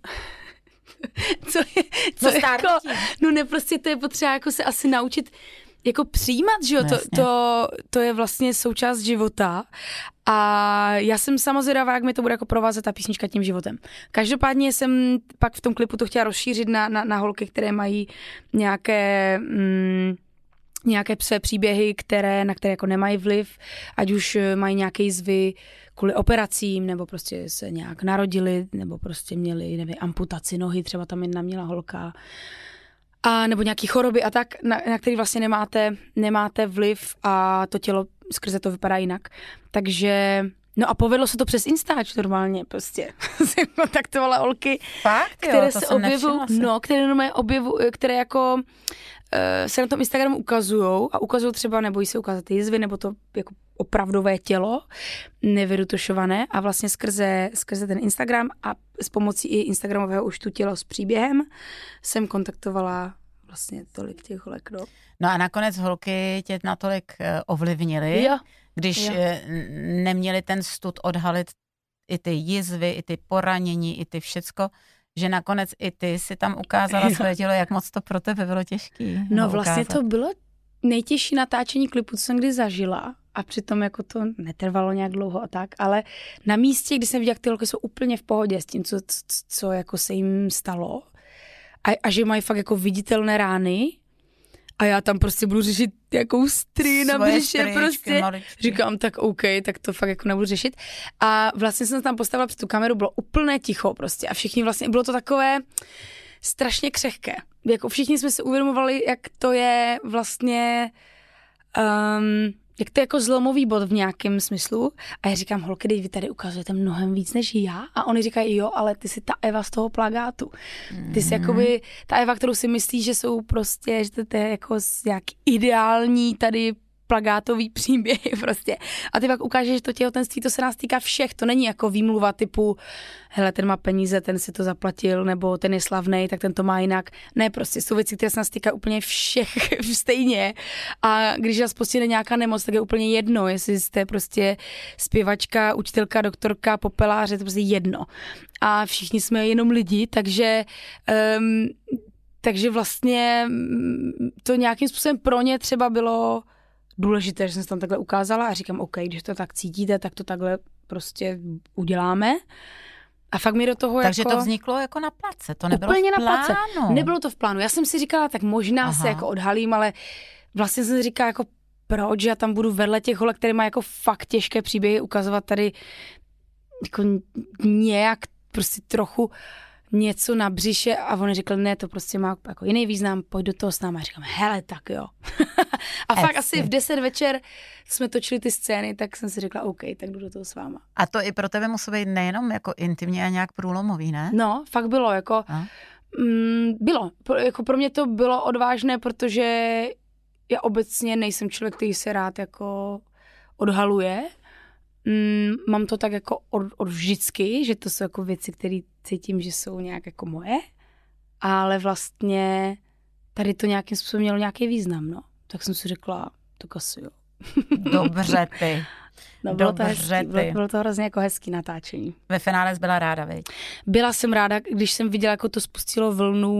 co je, co no jako, no ne, prostě to je potřeba jako se asi naučit jako přijímat, že jo, to, to, to je vlastně součást života a já jsem sama zvědavá, jak mi to bude jako provázet ta písnička tím životem. Každopádně jsem pak v tom klipu to chtěla rozšířit na, na, na holky, které mají nějaké... Mm, nějaké své příběhy, které, na které jako nemají vliv, ať už mají nějaké jizvy kvůli operacím, nebo prostě se nějak narodili, nebo prostě měli, nevím, amputaci nohy, třeba tam jedna měla holka, a nebo nějaký choroby a tak, na, na který vlastně nemáte, nemáte vliv a to tělo skrze to vypadá jinak. Takže... No a povedlo se to přes Instač normálně, prostě. Jsem kontaktovala holky, Fakt, které jo, se objevují, no, které normálně objevu, které jako uh, se na tom Instagramu ukazujou a ukazují třeba, nebojí se ukázat ty jizvy, nebo to jako opravdové tělo, nevyrutušované a vlastně skrze, skrze ten Instagram a s pomocí i instagramového účtu Tělo s příběhem jsem kontaktovala vlastně tolik těch holek, no. No a nakonec holky tě natolik ovlivnily, jo. když jo. neměli ten stud odhalit i ty jizvy, i ty poranění, i ty všecko, že nakonec i ty si tam ukázala jo. své tělo, jak moc to pro tebe bylo těžký. No vlastně ukázat. To bylo nejtěžší natáčení klipu, co jsem kdy zažila a přitom jako to netrvalo nějak dlouho a tak, ale na místě, kdy jsem viděla, jak ty holky jsou úplně v pohodě s tím, co, co, co jako se jim stalo a, a že mají fakt jako viditelné rány, a já tam prostě budu řešit jakou stry na břiše prostě. Maličky. Říkám, tak OK, tak to fakt jako nebudu řešit. A vlastně jsem tam postavila před tu kameru, bylo úplné ticho prostě a všichni vlastně, bylo to takové strašně křehké. Jako všichni jsme si uvědomovali, jak to je vlastně, um, jak to je jako zlomový bod v nějakém smyslu. A já říkám, holky, teď vy tady ukazujete mnohem víc než já. A oni říkají, jo, ale ty jsi ta Eva z toho plagátu. Ty jsi mm. jakoby ta Eva, kterou si myslíš, že jsou prostě, že to je jako nějak ideální tady plagátový příběhy prostě. A ty pak ukážeš, že to těhotenství, to se nás týká všech. To není jako výmluva typu, hele, ten má peníze, ten si to zaplatil, nebo ten je slavnej, tak ten to má jinak. Ne, prostě jsou věci, které se nás týká úplně všech stejně. A když nás postihne nějaká nemoc, tak je úplně jedno, jestli jste prostě zpěvačka, učitelka, doktorka, popelář, je to prostě jedno. A všichni jsme jenom lidi, takže... Um, takže vlastně to nějakým způsobem pro ně třeba bylo důležité, že jsem se tam takhle ukázala a říkám, OK, když to tak cítíte, tak to takhle prostě uděláme. A fakt mi do toho Takže jako... to vzniklo jako na place, to nebylo úplně v plánu. Na place. Nebylo to v plánu. Já jsem si říkala, tak možná Aha. se jako odhalím, ale vlastně jsem si říkala, jako proč já tam budu vedle těch holek, které mají jako fakt těžké příběhy, ukazovat tady jako nějak prostě trochu něco na břiše a on řekl, ne, to prostě má jako jiný význam, pojď do toho s náma. A říkám, hele, tak jo. a fakt asi v deset večer jsme točili ty scény, tak jsem si řekla, OK, tak jdu do toho s váma. A to i pro tebe muselo být nejenom jako intimně a nějak průlomový, ne? No, fakt bylo, jako mm, bylo. Pro, jako pro mě to bylo odvážné, protože já obecně nejsem člověk, který se rád jako odhaluje. Mm, mám to tak jako od, od vždycky, že to jsou jako věci, které cítím, že jsou nějak jako moje, ale vlastně tady to nějakým způsobem mělo nějaký význam, no. Tak jsem si řekla, to asi jo. Dobře ty. No, bylo, Dobře to hezký, bylo, bylo to hrozně jako hezký natáčení. Ve finále jsi byla ráda, viď? Byla jsem ráda, když jsem viděla, jako to spustilo vlnu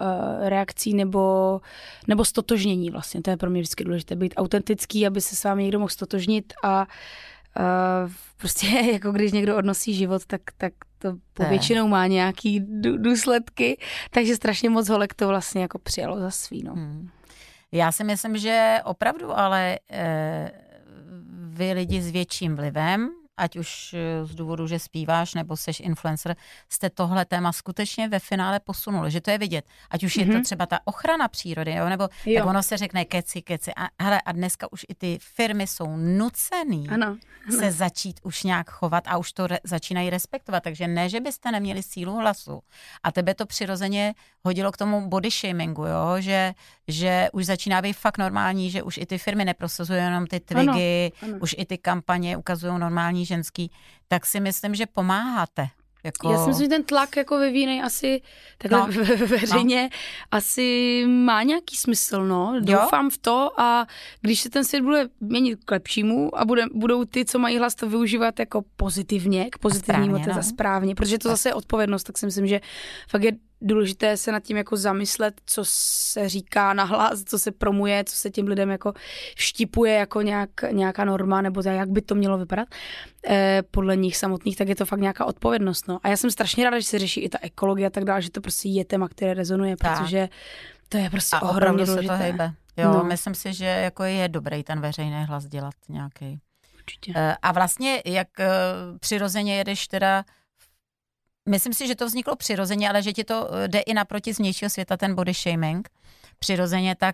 uh, reakcí nebo, nebo stotožnění vlastně. To je pro mě vždycky důležité, být autentický, aby se s vámi někdo mohl stotožnit a uh, prostě jako když někdo odnosí život, tak, tak to povětšinou má nějaký důsledky, takže strašně moc holek to vlastně jako přijalo za svý, no. Hmm. Já si myslím, že opravdu, ale e, vy lidi s větším vlivem, ať už z důvodu, že zpíváš nebo seš influencer, jste tohle téma skutečně ve finále posunuli, že to je vidět. Ať už mm-hmm. je to třeba ta ochrana přírody, jo, nebo jo. tak ono se řekne keci, keci. A, hele, a dneska už i ty firmy jsou nucený ano, ano. se začít už nějak chovat a už to re, začínají respektovat. Takže ne, že byste neměli sílu hlasu. A tebe to přirozeně hodilo k tomu body shamingu, jo, že, že už začíná být fakt normální, že už i ty firmy neprosazují jenom ty twigy, ano, ano. už i ty kampaně ukazují normální ženský, tak si myslím, že pomáháte. Jako... Já si myslím, že ten tlak jako vyvínej asi takhle no. veřejně no. asi má nějaký smysl, no. Doufám jo? v to a když se ten svět bude měnit k lepšímu a bude, budou ty, co mají hlas, to využívat jako pozitivně, k pozitivnímu, to no. správně, protože to zase je odpovědnost, tak si myslím, že fakt je důležité se nad tím jako zamyslet, co se říká nahlas, co se promuje, co se těm lidem jako vštipuje jako nějak, nějaká norma, nebo jak by to mělo vypadat eh, podle nich samotných, tak je to fakt nějaká odpovědnost. No. A já jsem strašně ráda, že se řeší i ta ekologie a tak dále, že to prostě je téma, které rezonuje, tak. protože to je prostě a ohromně důležité. Se to hejbe. Jo, no. Myslím si, že jako je dobrý ten veřejný hlas dělat nějaký. Určitě. Eh, a vlastně, jak eh, přirozeně jedeš teda. Myslím si, že to vzniklo přirozeně, ale že ti to jde i naproti z vnějšího světa, ten body shaming. Přirozeně, tak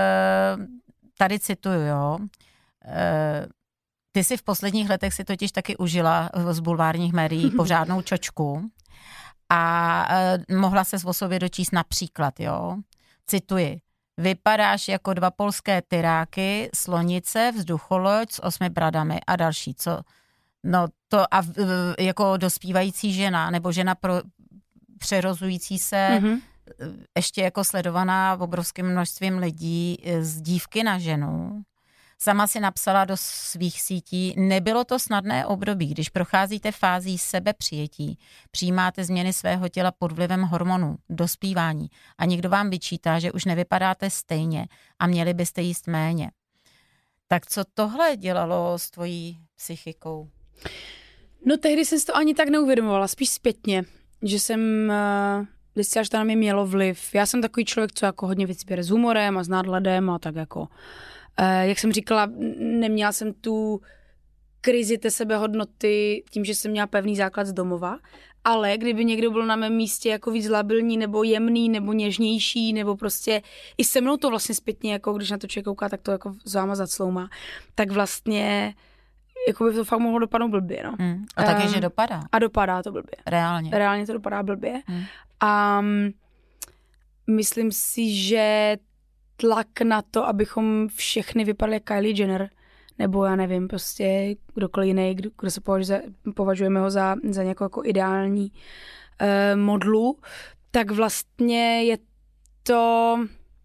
tady cituju, jo. Ty si v posledních letech si totiž taky užila z bulvárních médií pořádnou čočku a mohla ses o sobě dočíst například, jo. Cituji. Vypadáš jako dva polské tyráky, slonice, vzducholoď s osmi bradami a další, co... No to a jako dospívající žena, nebo žena pro, přerozující se, mm-hmm. ještě jako sledovaná obrovským množstvím lidí z dívky na ženu. Sama si napsala do svých sítí, nebylo to snadné období, když procházíte fází sebepřijetí, přijímáte změny svého těla pod vlivem hormonů, dospívání a někdo vám vyčítá, že už nevypadáte stejně a měli byste jíst méně. Tak co tohle dělalo s tvojí psychikou? No tehdy jsem si to ani tak neuvědomovala, spíš zpětně, že jsem, zjistila, že to na mě mělo vliv. Já jsem takový člověk, co jako hodně věcí bere s humorem a s nadhledem a tak jako, jak jsem říkala, neměla jsem tu krizi té sebehodnoty tím, že jsem měla pevný základ z domova, ale kdyby někdo byl na mém místě jako víc labilní nebo jemný nebo něžnější nebo prostě i se mnou to vlastně zpětně, jako když na to člověk kouká, tak to jako s váma zacloumá, tak vlastně jako by to fakt mohlo dopadnout blbě, no. Hmm. A taky, um, že dopadá. A dopadá to blbě. Reálně. Reálně to dopadá blbě. Hmm. A um, myslím si, že tlak na to, abychom všechny vypadali jak Kylie Jenner, nebo já nevím, prostě kdokoliv jiný, kdo, kdo se považuje, považujeme ho za, za nějakou jako ideální uh, modlu, tak vlastně je to...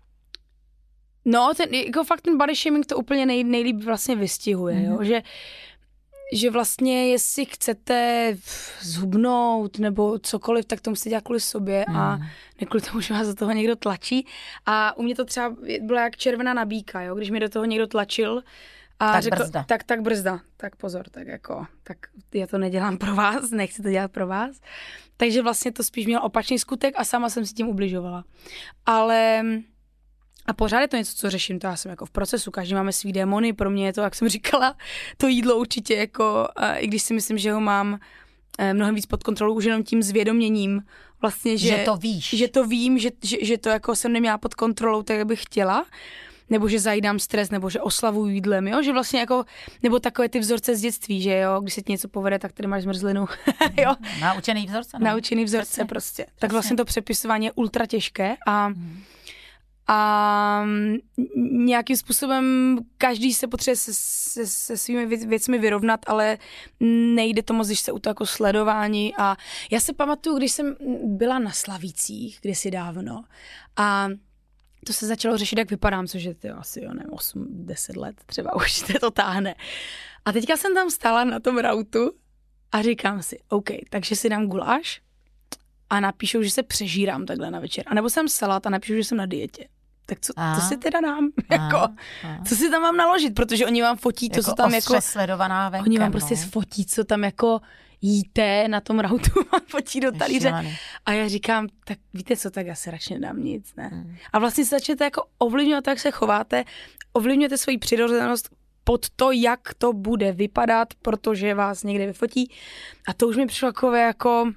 No, ten, jako fakt ten body shaming to úplně nej, nejlíp vlastně vystihuje, mm-hmm. jo, že, že vlastně jestli chcete zhubnout nebo cokoliv, tak to musíte dělat kvůli sobě mm. a ne kvůli tomu, že vás do toho někdo tlačí. A u mě to třeba bylo jak červená nabíjka, jo, když mi do toho někdo tlačil a tak řekl, brzda. tak, tak brzda, tak pozor, tak jako, tak já to nedělám pro vás, nechci to dělat pro vás. Takže vlastně to spíš měl opačný skutek a sama jsem si tím ubližovala. Ale... A pořád je to něco, co řeším, to já jsem jako v procesu, každý máme svý démony, pro mě je to, jak jsem říkala, to jídlo určitě jako, i když si myslím, že ho mám mnohem víc pod kontrolou, už jenom tím zvědoměním, vlastně, že, že to víš. Že to vím, že, že, že to jako jsem neměla pod kontrolou, tak jak bych chtěla, nebo že zajídám stres, nebo že oslavuju jídlem, jo, že vlastně jako, nebo takové ty vzorce z dětství, že jo, když se ti něco povede, tak tady máš zmrzlinu, jo. Naučený vzorce. No. Naučený vzorce Přesně. prostě. Přesně. Tak vlastně to přepisování je ultra těžké a hmm. A nějakým způsobem každý se potřebuje se, se, se svými věcmi vyrovnat, ale nejde to moc, když se u toho jako sledování. A já se pamatuju, když jsem byla na Slavících kdysi dávno a to se začalo řešit, jak vypadám, což je to asi jo, nevím, osm deset let třeba už to táhne. A teďka jsem tam stála na tom rautu a říkám si, OK, takže si dám guláš, a napíšou, že se přežírám takhle na večer. A nebo jsem salát a napíšou, že jsem na dietě. Tak co, co si teda dám? A, jako, a. Co si tam mám naložit? Protože oni vám fotí to, jako co tam jako... sledovaná venkem, Oni vám prostě no. fotí, co tam jako jíte na tom rautu, vám fotí do talíře. A já říkám, tak víte co, tak já se radši nedám nic, ne? Hmm. A vlastně se začnete jako ovlivňovat, jak se chováte, ovlivňujete svoji přirozenost pod to, jak to bude vypadat, protože vás někde vyfotí. A to už mi přišlo takové jako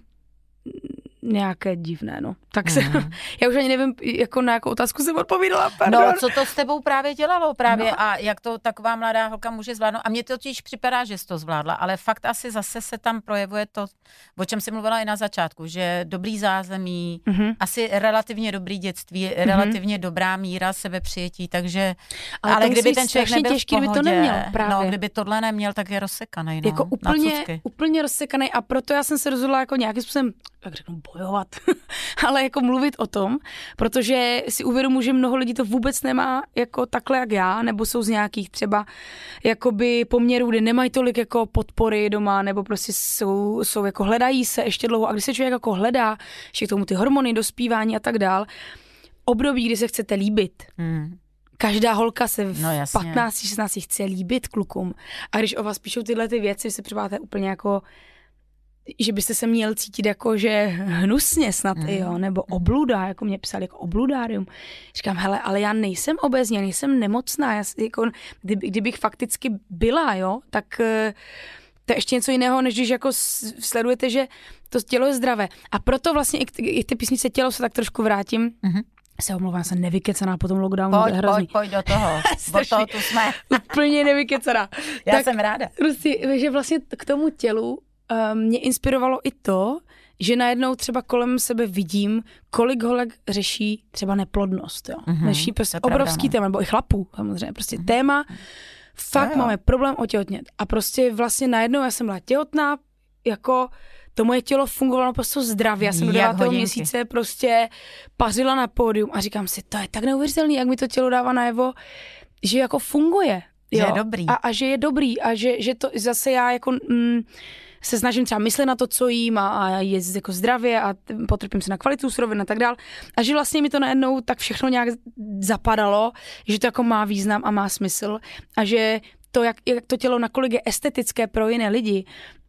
nějaké divné, no. Tak se, mm. já už ani nevím, jako na jakou otázku jsem odpovídala, pardon. No, co to s tebou právě dělalo právě no. A jak to taková mladá holka může zvládnout. A mně to totiž připadá, že jsi to zvládla, ale fakt asi zase se tam projevuje to, o čem jsi mluvila i na začátku, že dobrý zázemí, mm-hmm. asi relativně dobrý dětství, mm-hmm. relativně dobrá míra sebepřijetí, takže, ale, ale kdyby ten člověk nebyl těžký, v pohodě, kdyby to neměl, právě. No, kdyby tohle neměl, tak je rozsekanej, no, jako úplně, úplně rozsekanej a proto já jsem se rozhodla jako nějakým způsobem, jak řeknu, bojovat, ale jako mluvit o tom, protože si uvědomuji, že mnoho lidí to vůbec nemá jako takhle jak já, nebo jsou z nějakých třeba jakoby poměrů, kde nemají tolik jako podpory doma, nebo prostě jsou, jsou jako hledají se ještě dlouho a když se člověk jako hledá, že k tomu ty hormony, dospívání a tak dál, období, kdy se chcete líbit, hmm. Každá holka se v no, patnácti šestnácti chce líbit klukům. A když o vás píšou tyhle ty věci, se připadáte úplně jako, že byste se měl cítit jako, že hnusně snad mm. i jo, nebo obluda, jako mě psali jako obludárium. Říkám, hele, ale já nejsem obézní, já nejsem nemocná, já, jako, kdyby, kdybych fakticky byla, jo, tak to je ještě něco jiného, než když jako sledujete, že to tělo je zdravé. A proto vlastně i, i ty písnice Tělo se tak trošku vrátím. Mm-hmm. Se omlouvám, jsem nevykecaná po tom lockdownu, pojď, to je hrozný. Pojď, pojď do toho, od toho tu jsme. Úplně nevykecaná. Já tak, jsem ráda. Prostě, že vlastně k tomu tělu uh, mě inspirovalo i to, že najednou třeba kolem sebe vidím, kolik holek řeší třeba neplodnost, jo. Mm-hmm, řeší prostě obrovský pravda, téma, nebo i chlapů samozřejmě, prostě mm-hmm. téma, fakt máme problém otěhotnět. A prostě vlastně najednou já jsem byla těhotná, jako to moje tělo fungovalo prostě zdravě. Já jsem do devátého měsíce prostě pařila na pódium a říkám si, to je tak neuvěřitelný, jak mi to tělo dává najevo, že jako funguje. Že jo? je dobrý. A, a že je dobrý a že, že to zase já jako mm, se snažím třeba myslet na to, co jím a, a jíst jako zdravě a potrpím se na kvalitu surovin a tak dál. A že vlastně mi to najednou tak všechno nějak zapadalo, že to jako má význam a má smysl a že to, jak, jak to tělo, nakolik je estetické pro jiné lidi,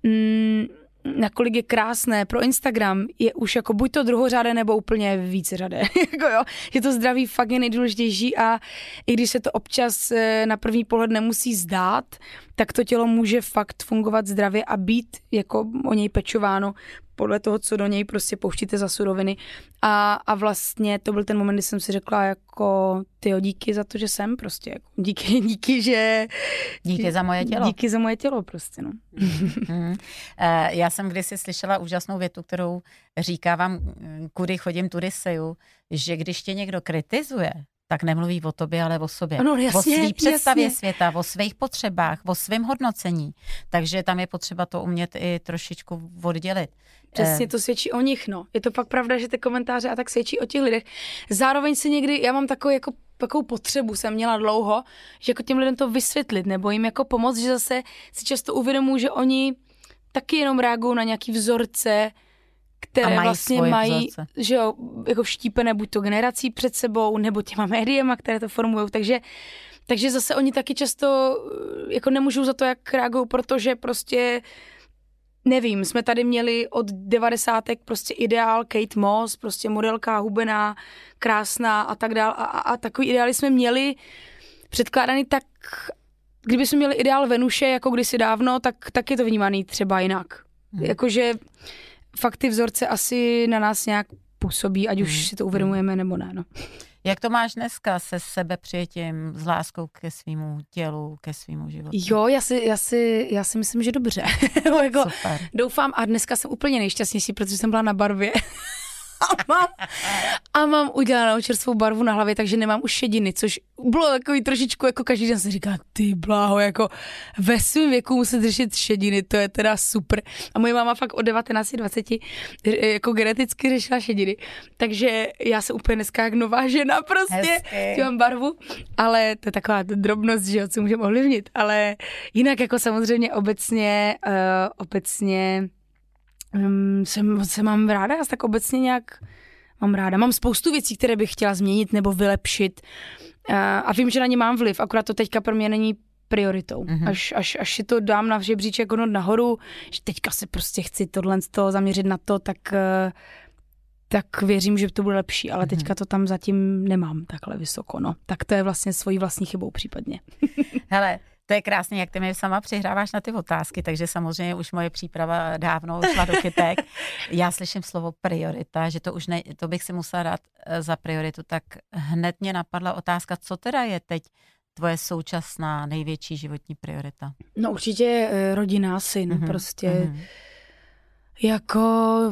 mm, nakolik je krásné pro Instagram, je už jako buď to druhořadé, nebo úplně víceřadé. jako jo, že to zdraví fakt je nejdůležitější a i když se to občas na první pohled nemusí zdát, tak to tělo může fakt fungovat zdravě a být jako o něj pečováno podle toho, co do něj prostě pouštíte za suroviny. A, a vlastně to byl ten moment, kdy jsem si řekla jako tyjo, díky za to, že jsem prostě. Jako, díky, díky, že... Díky za moje tělo. Díky za moje tělo prostě, no. mm. Já jsem kdysi slyšela úžasnou větu, kterou říkávám, kudy chodím, tudy seju, že když tě někdo kritizuje, tak nemluví o tobě, ale o sobě. Ano, jasně, o svý představě jasně. světa, o svých potřebách, o svém hodnocení. Takže tam je potřeba to umět i trošičku oddělit. Přesně, to svědčí o nich, no. Je to fakt pravda, že ty komentáře a tak svědčí o těch lidech. Zároveň si někdy, já mám takovou, jako, takovou potřebu, jsem měla dlouho, že jako těm lidem to vysvětlit, nebo jim jako pomoct, že zase si často uvědomují, že oni taky jenom reagují na nějaký vzorce, které mají vlastně mají, vzorce. Že jo, jako vštípené buď to generací před sebou, nebo těma médiema, které to formují, takže, takže zase oni taky často jako nemůžou za to, jak reagují, protože prostě nevím, jsme tady měli od devadesátek prostě ideál Kate Moss, prostě modelka, hubená, krásná a tak dál a, a, a takový ideály jsme měli předkládaný tak, kdyby jsme měli ideál Venuše jako kdysi dávno, tak, tak je to vnímaný třeba jinak. Hmm. Jakože fakt ty vzorce asi na nás nějak působí, ať už hmm. si to uvědomujeme nebo ne. No. Jak to máš dneska se sebepřijetím, s láskou ke svýmu tělu, ke svýmu životu? Jo, já si, já si, já si myslím, že dobře. jako, doufám a dneska jsem úplně nejšťastnější, protože jsem byla na barvě. A mám, a mám udělanou čerstvou barvu na hlavě, takže nemám už šediny, což bylo takový trošičku, jako každý den se říká, ty bláho, jako ve svém věku muset řešit šediny, to je teda super. A moje máma fakt od devatenáct dvacet jako geneticky řešila šediny, takže já jsem úplně dneska jak nová žena prostě, že mám barvu, ale to je taková drobnost, že jo, co můžeme ovlivnit, ale jinak jako samozřejmě obecně, uh, obecně Um, se, se mám ráda, já tak obecně nějak mám ráda. Mám spoustu věcí, které bych chtěla změnit nebo vylepšit uh, a vím, že na ně mám vliv, akorát to teďka pro mě není prioritou. Mm-hmm. Až, až, až si to dám na žebříček ono nahoru, že teďka se prostě chci tohle to zaměřit na to, tak, uh, tak věřím, že to bude lepší, ale mm-hmm. teďka to tam zatím nemám takhle vysoko. No. Tak to je vlastně svojí vlastní chybou případně. Hele, to je krásně, jak ty mi sama přihráváš na ty otázky, takže samozřejmě už moje příprava dávno šla do kytek. Já slyším slovo priorita, že to už ne, to bych si musela dát za prioritu, tak hned mě napadla otázka, co teda je teď tvoje současná největší životní priorita? No určitě rodina, syn, mm-hmm. prostě mm-hmm. jako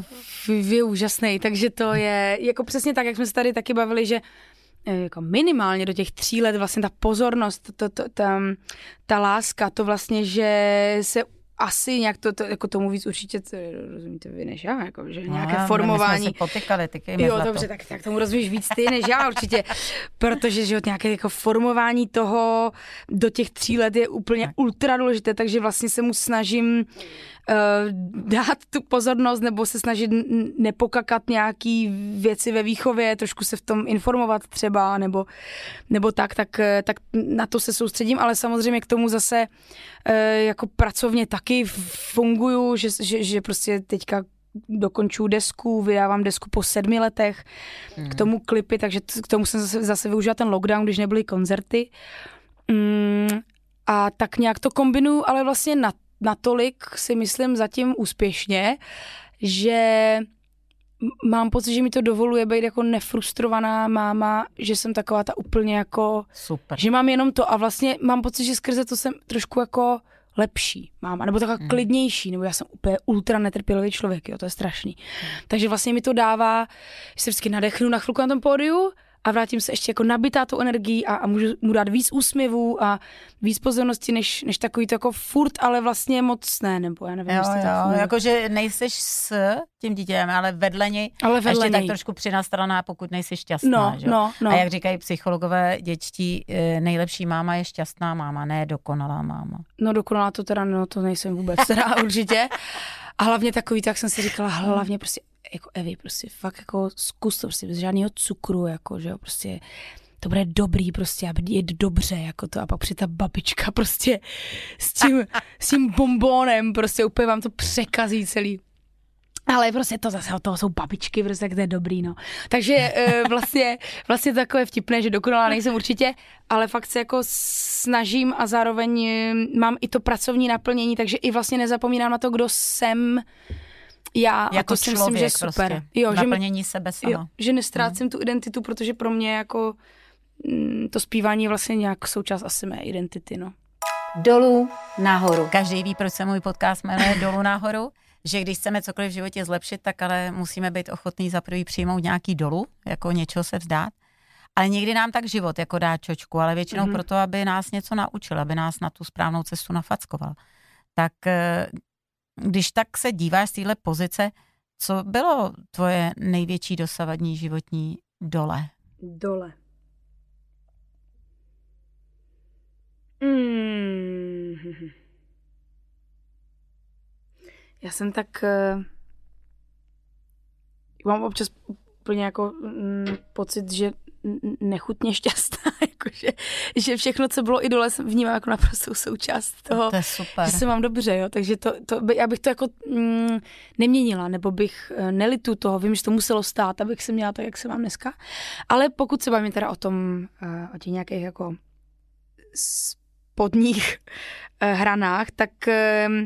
je úžasný, takže to je jako přesně tak, jak jsme se tady taky bavili, že jako minimálně do těch tří let vlastně ta pozornost, to, to, ta, ta láska, to vlastně, že se asi nějak to, to jako tomu víc určitě to, rozumíte vy než já, jako, že nějaké no, formování. My jsme se potykali, tykejme jo, dobře, tak, tak tomu rozumíš víc ty než já určitě, protože že nějaké jako formování toho do těch tří let je úplně tak. ultra důležité, takže vlastně se mu snažím uh, dát tu pozornost nebo se snažit nepokakat nějaký věci ve výchově, trošku se v tom informovat třeba, nebo, nebo tak, tak, tak na to se soustředím, ale samozřejmě k tomu zase uh, jako pracovně taky funguju, že, že, že prostě teďka dokončuju desku, vydávám desku po sedmi letech, mm. k tomu klipy, takže k tomu jsem zase, zase využila ten lockdown, když nebyly koncerty. Mm, a tak nějak to kombinuju, ale vlastně na, natolik si myslím zatím úspěšně, že mám pocit, že mi to dovoluje být jako nefrustrovaná máma, že jsem taková ta úplně jako, super. Že mám jenom to a vlastně mám pocit, že skrze to jsem trošku jako lepší máma, nebo taková mm. klidnější, nebo já jsem úplně ultra netrpělivý člověk, jo, to je strašný. Mm. Takže vlastně mi to dává, že se vždycky nadechnu na chvilku na tom pódiu a vrátím se ještě jako nabitá tou energií a, a můžu mu dát víc úsměvů a víc pozornosti, než, než takový to jako furt, ale vlastně moc ne, nebo já nevím, jo, jestli jo, jakože nejseš s tím dítětem, ale vedle něj, ale vedle ještě něj. Tak trošku přinastraná, pokud nejsi šťastná, no, že? No, no. A jak říkají psychologové dětští, nejlepší máma je šťastná máma, ne dokonalá máma. No dokonalá to teda, no to nejsem vůbec, teda určitě. A hlavně takový, tak jsem si říkala, hlavně prostě jako Evi, prostě fakt jako zkus to prostě bez žádného cukru, jako, že jo, prostě to bude dobrý prostě, aby jet dobře, jako to a pak při ta babička prostě s tím, s tím bombónem, prostě úplně vám to překazí celý. Ale prostě to zase od toho jsou babičky, prostě tak to je dobrý, no. Takže vlastně, vlastně takové vtipné, že dokonalá nejsem určitě, ale fakt se jako snažím a zároveň mám i to pracovní naplnění, takže i vlastně nezapomínám na to, kdo jsem já. Jako a to si myslím, že je super. Prostě. Jo, naplnění že, sebe sama. Jo, že nestrácím hmm. tu identitu, protože pro mě jako to zpívání je vlastně nějak součást asi mé identity, no. Dolů nahoru. Každý ví, proč se můj podcast jmenuje Dolů nahoru, že když chceme cokoliv v životě zlepšit, tak ale musíme být ochotní za prvý přijmout nějaký dolů, jako něčeho se vzdát. Ale někdy nám tak život jako dá čočku, ale většinou mm-hmm. proto, aby nás něco naučil, aby nás na tu správnou cestu nafackoval. Tak když tak se díváš z téhle pozice, co bylo tvoje největší dosavadní životní dole? Dole. Mm. Já jsem tak... Uh, mám občas úplně jako mm, pocit, že nechutně šťastná, jakože, že všechno, co bylo i dole, vnímám jako naprostou součást toho, to je super. Že se mám dobře, jo, takže to, to, já bych to jako mm, neměnila, nebo bych uh, nelitu toho, vím, že to muselo stát, abych se měla tak, jak se mám dneska, ale pokud se bavím teda o tom, uh, o těch nějakých jako spodních uh, hranách, tak uh,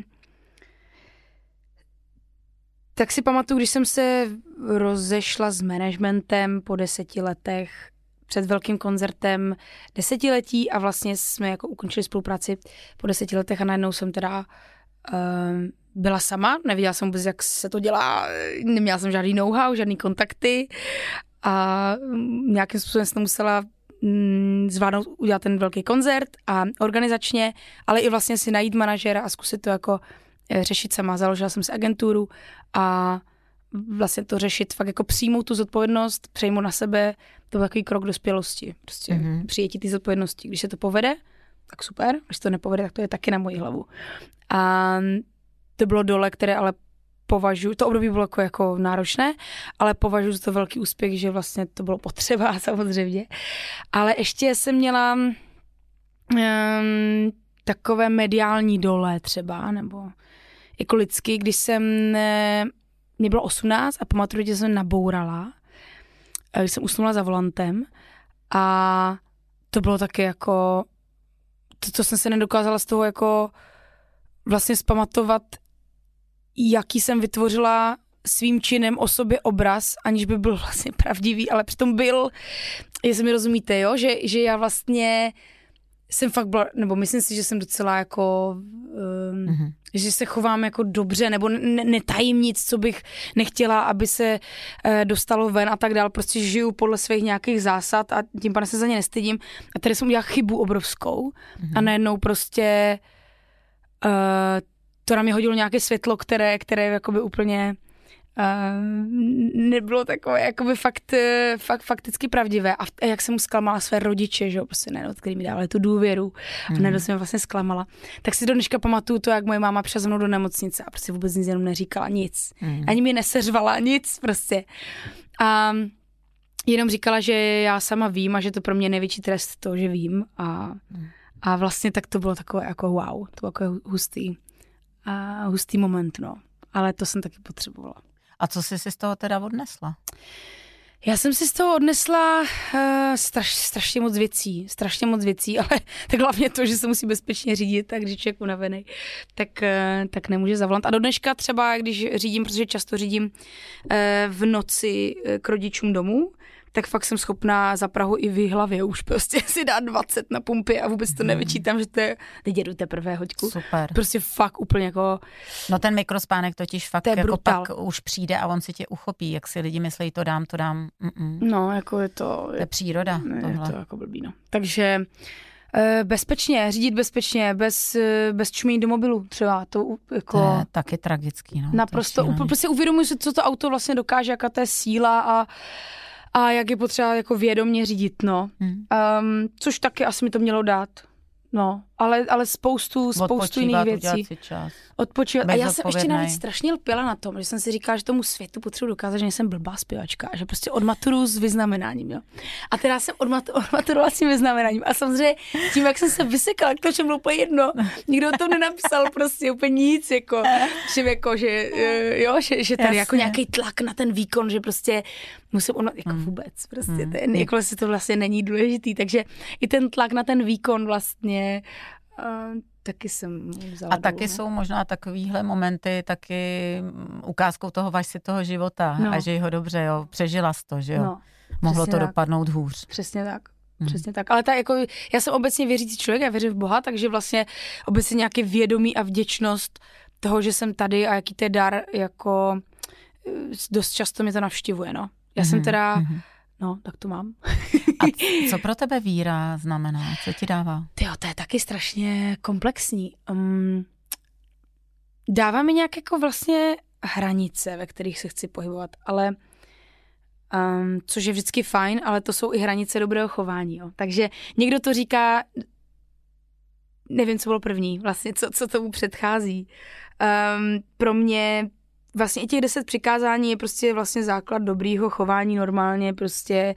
tak si pamatuju, když jsem se rozešla s managementem po deseti letech před velkým koncertem desetiletí a vlastně jsme jako ukončili spolupráci po deseti letech a najednou jsem teda uh, byla sama, nevěděla jsem vůbec, jak se to dělá, neměla jsem žádný know-how, žádný kontakty a nějakým způsobem jsem musela mm, zvládnout udělat ten velký koncert a organizačně, ale i vlastně si najít manažera a zkusit to jako řešit sama. Založila jsem si agenturu a vlastně to řešit, fakt jako přijmout tu zodpovědnost, přejmout na sebe, to byl takový krok dospělosti. Prostě mm-hmm. přijetí té zodpovědnosti. Když se to povede, tak super, když to nepovede, tak to je taky na moji hlavu. A to bylo dole, které ale považuji, to období bylo jako, jako náročné, ale považuji za to velký úspěch, že vlastně to bylo potřeba samozřejmě. Ale ještě jsem měla um, takové mediální dole třeba, nebo jako lidsky, když jsem, ne, mě bylo osmnáct a pamatuju, že jsem nabourala, když jsem usnula za volantem a to bylo taky jako, to, to jsem se nedokázala z toho jako vlastně zpamatovat, jaký jsem vytvořila svým činem o sobě obraz, aniž by byl vlastně pravdivý, ale přitom byl, jestli mi rozumíte, jo, že, že já vlastně jsem fakt byla, nebo myslím si, že jsem docela jako, um, mm-hmm. že se chovám jako dobře, nebo ne, netajím nic, co bych nechtěla, aby se uh, dostalo ven a tak dál, prostě žiju podle svých nějakých zásad a tím pádem se za ně nestydím. A tady jsem udělala chybu obrovskou mm-hmm. a najednou prostě uh, to na mě hodilo nějaké světlo, které, které jakoby úplně uh, nebylo takové jakoby fakt, fakt, fakticky pravdivé. A, v, a jak jsem mu zklamala své rodiče, že jo, prostě najednou, který mi dávali tu důvěru mm. a najednou jsem vlastně zklamala. Tak si do dneška pamatuju to, jak moje máma přišla se mnou do nemocnice a prostě vůbec nic jenom neříkala, nic. Mm. Ani mi neseřvala, nic prostě. A jenom říkala, že já sama vím a že to pro mě je největší trest to, že vím. A, mm. a vlastně tak to bylo takové jako wow, to bylo jako hustý. A hustý moment, no. Ale to jsem taky potřebovala. A co jsi si z toho teda odnesla? Já jsem si z toho odnesla uh, straš, strašně moc věcí, strašně moc věcí, ale tak hlavně to, že se musí bezpečně řídit, tak když člověk unavený, tak, uh, tak nemůže zavolat. A do dneška třeba, když řídím, protože často řídím uh, v noci uh, k rodičům domů, tak fakt jsem schopná za Prahu i v hlavě už prostě si dát dvacet na pumpy a vůbec to nevyčítám, že to je, teď jedu teprve hoďku. Super. Prostě fakt úplně jako... No ten mikrospánek totiž fakt jako brutál. Pak už přijde a on si tě uchopí, jak si lidi myslí, to dám, to dám. Mm-mm. No, jako je to... To je příroda. Je tohle. to jako blbý, no. Takže bezpečně, řídit bezpečně, bez, bez čumění do mobilu třeba, to jako... To je taky tragický, no. Naprosto, prostě uvědomuji si, co to auto vlastně dokáže, jaká to je síla a A jak je potřeba jako vědomě řídit, no. Hmm. Um, což taky asi mi to mělo dát. No, ale, ale spoustu, spoustu jiných věcí. Udělat si čas. Odpočívat. A já jsem ještě navíc strašně lpěla na tom, že jsem si říkala, že tomu světu potřebuji dokázat, že nejsem blbá zpěvačka a že prostě odmaturuju s vyznamenáním, jo. A teda jsem odmat, odmaturovala s tím vyznamenáním. A samozřejmě tím, jak jsem se vysekala, to, že bylo úplně jedno. Nikdo o tom nenapsal prostě úplně nic, jako, že, jako, že, jo, že, že tady Jasně. jako nějaký tlak na ten výkon, že prostě musím odmat, jako mm. vůbec, prostě, mm. ten, jako si to vlastně není důležitý, takže i ten tlak na ten výkon vlastně Uh, taky jsem vzala A taky dolů, jsou možná takovýhle momenty taky ukázkou toho vaš si toho života no. a že ho dobře, jo, přežila jsi to, že jo. No, Mohlo to tak. dopadnout hůř. Přesně tak. Hmm. Přesně tak. Ale tak jako, já jsem obecně věřící člověk, já věřím v Boha, takže vlastně obecně nějaké vědomí a vděčnost toho, že jsem tady a jaký to je dar, jako dost často mě to navštěvuje, no. Já hmm. jsem teda hmm. No, tak to mám. A co pro tebe víra znamená? Co ti dává? Tyjo, to je taky strašně komplexní. Um, dává mi nějak jako vlastně hranice, ve kterých se chci pohybovat, ale um, což je vždycky fajn, ale to jsou i hranice dobrého chování. Jo. Takže někdo to říká, nevím, co bylo první, vlastně, co, co tomu předchází. Um, pro mě vlastně i těch deset přikázání je prostě vlastně základ dobrýho chování normálně, prostě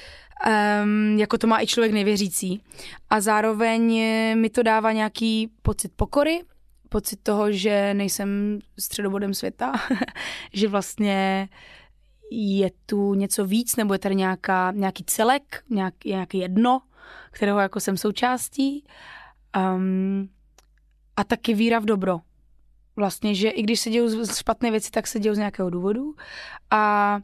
um, jako to má i člověk nevěřící. A zároveň mi to dává nějaký pocit pokory, pocit toho, že nejsem středobodem světa, že vlastně je tu něco víc, nebo je tady nějaká, nějaký celek, nějak, nějaký jedno, kterého jako jsem součástí. Um, a taky víra v dobro. Vlastně, že i když se dějou špatné věci, tak se dějou z nějakého důvodu a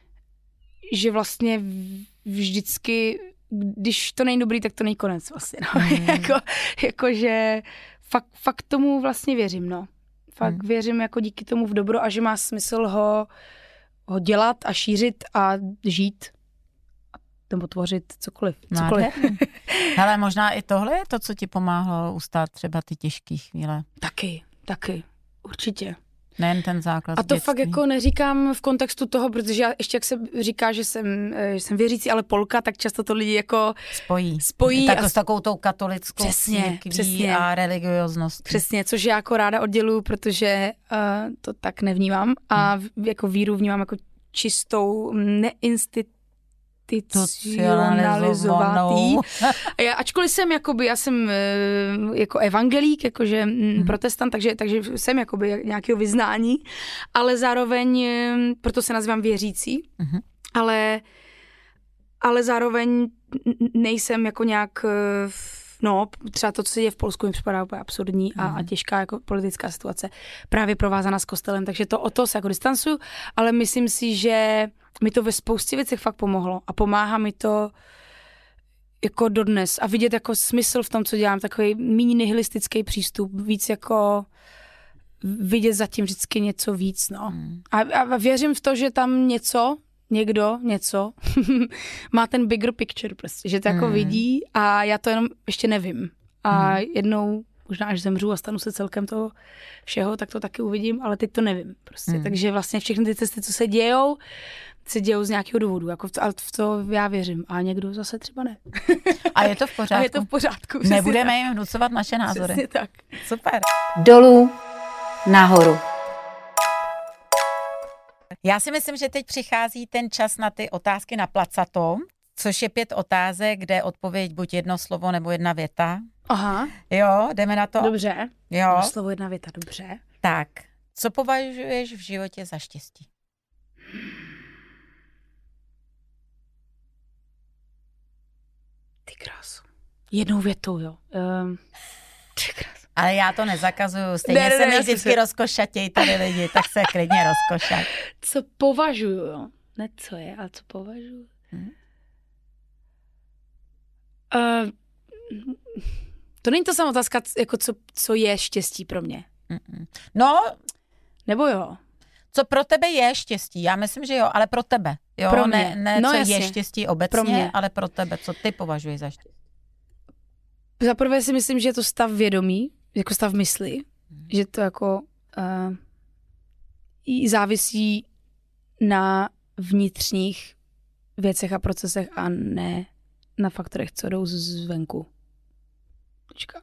že vlastně vždycky, když to není dobrý, tak to není konec vlastně, no. Mm. jako, jako, že fakt, fakt tomu vlastně věřím, no. Fakt mm. věřím jako díky tomu v dobro a že má smysl ho, ho dělat a šířit a žít nebo tvořit cokoliv. cokoliv. Hele, možná i tohle je to, co ti pomáhalo ustát třeba ty těžké chvíle. Taky, taky. Určitě. Nejen ten základ. A to dětství. fakt jako neříkám v kontextu toho, protože já ještě jak se říká, že jsem, že jsem věřící, ale Polka, tak často to lidi jako spojí. spojí tak a s takovou tou katolickou přesně, církví přesně. a religiózností. Přesně, což já jako ráda odděluju, protože uh, to tak nevnímám a v, jako víru vnímám jako čistou, neinstitucionalizovaný. Já, ačkoliv jsem jakoby, já jsem uh, jako evangelík, jakože mm. protestant, takže, takže jsem jakoby nějakého vyznání, ale zároveň, uh, proto se nazývám věřící, mm. ale, ale zároveň nejsem jako nějak... Uh, No, třeba to, co se děje v Polsku, mi připadá úplně absurdní a, a těžká jako politická situace, právě provázaná s kostelem, takže to o to se jako distancuju, ale myslím si, že mi to ve spoustě věcech fakt pomohlo a pomáhá mi to jako dodnes a vidět jako smysl v tom, co dělám, takový méně nihilistický přístup, víc jako vidět zatím vždycky něco víc, no. A, a věřím v to, že tam něco někdo, něco, má ten bigger picture prostě, že to jako mm. vidí a já to jenom ještě nevím. A mm. jednou, možná až zemřu a stanu se celkem toho všeho, tak to taky uvidím, ale teď to nevím prostě. Mm. Takže vlastně všechny ty cesty, co se dějou, se dějou z nějakého důvodu, jako v to, ale v to já věřím a někdo zase třeba ne. A je to v pořádku. A je to v pořádku. Nebudeme jim vnucovat naše názory. Přesně tak. Super. Dolů, nahoru. Já si myslím, že teď přichází ten čas na ty otázky na placato, což je pět otázek, kde odpověď buď jedno slovo nebo jedna věta. Aha. Jo, jdeme na to? Dobře. Jo. Jedno slovo, jedna věta, dobře. Tak, co považuješ v životě za štěstí? Ty krásu. Jednou větou, jo. Um, ty krásu. Ale já to nezakazuju, stejně ne, ne, se ne, mi vždycky se... rozkošatěj tady lidi, tak se klidně rozkošat. Co považuju, jo? Ne co je, ale co považuju. Hmm. Uh, to není to samá otázka, jako co, co je štěstí pro mě. Mm-mm. No. Nebo jo? Co pro tebe je štěstí? Já myslím, že jo, ale pro tebe. Jo, pro mě. Ne, ne no, co jasně. je štěstí obecně, pro mě. Ale pro tebe. Co ty považuješ za štěstí? Za prvé si myslím, že je to stav vědomí, jako stav mysli, hmm. že to jako uh, závisí na vnitřních věcech a procesech a ne na faktorech, co jdou zvenku. Počka.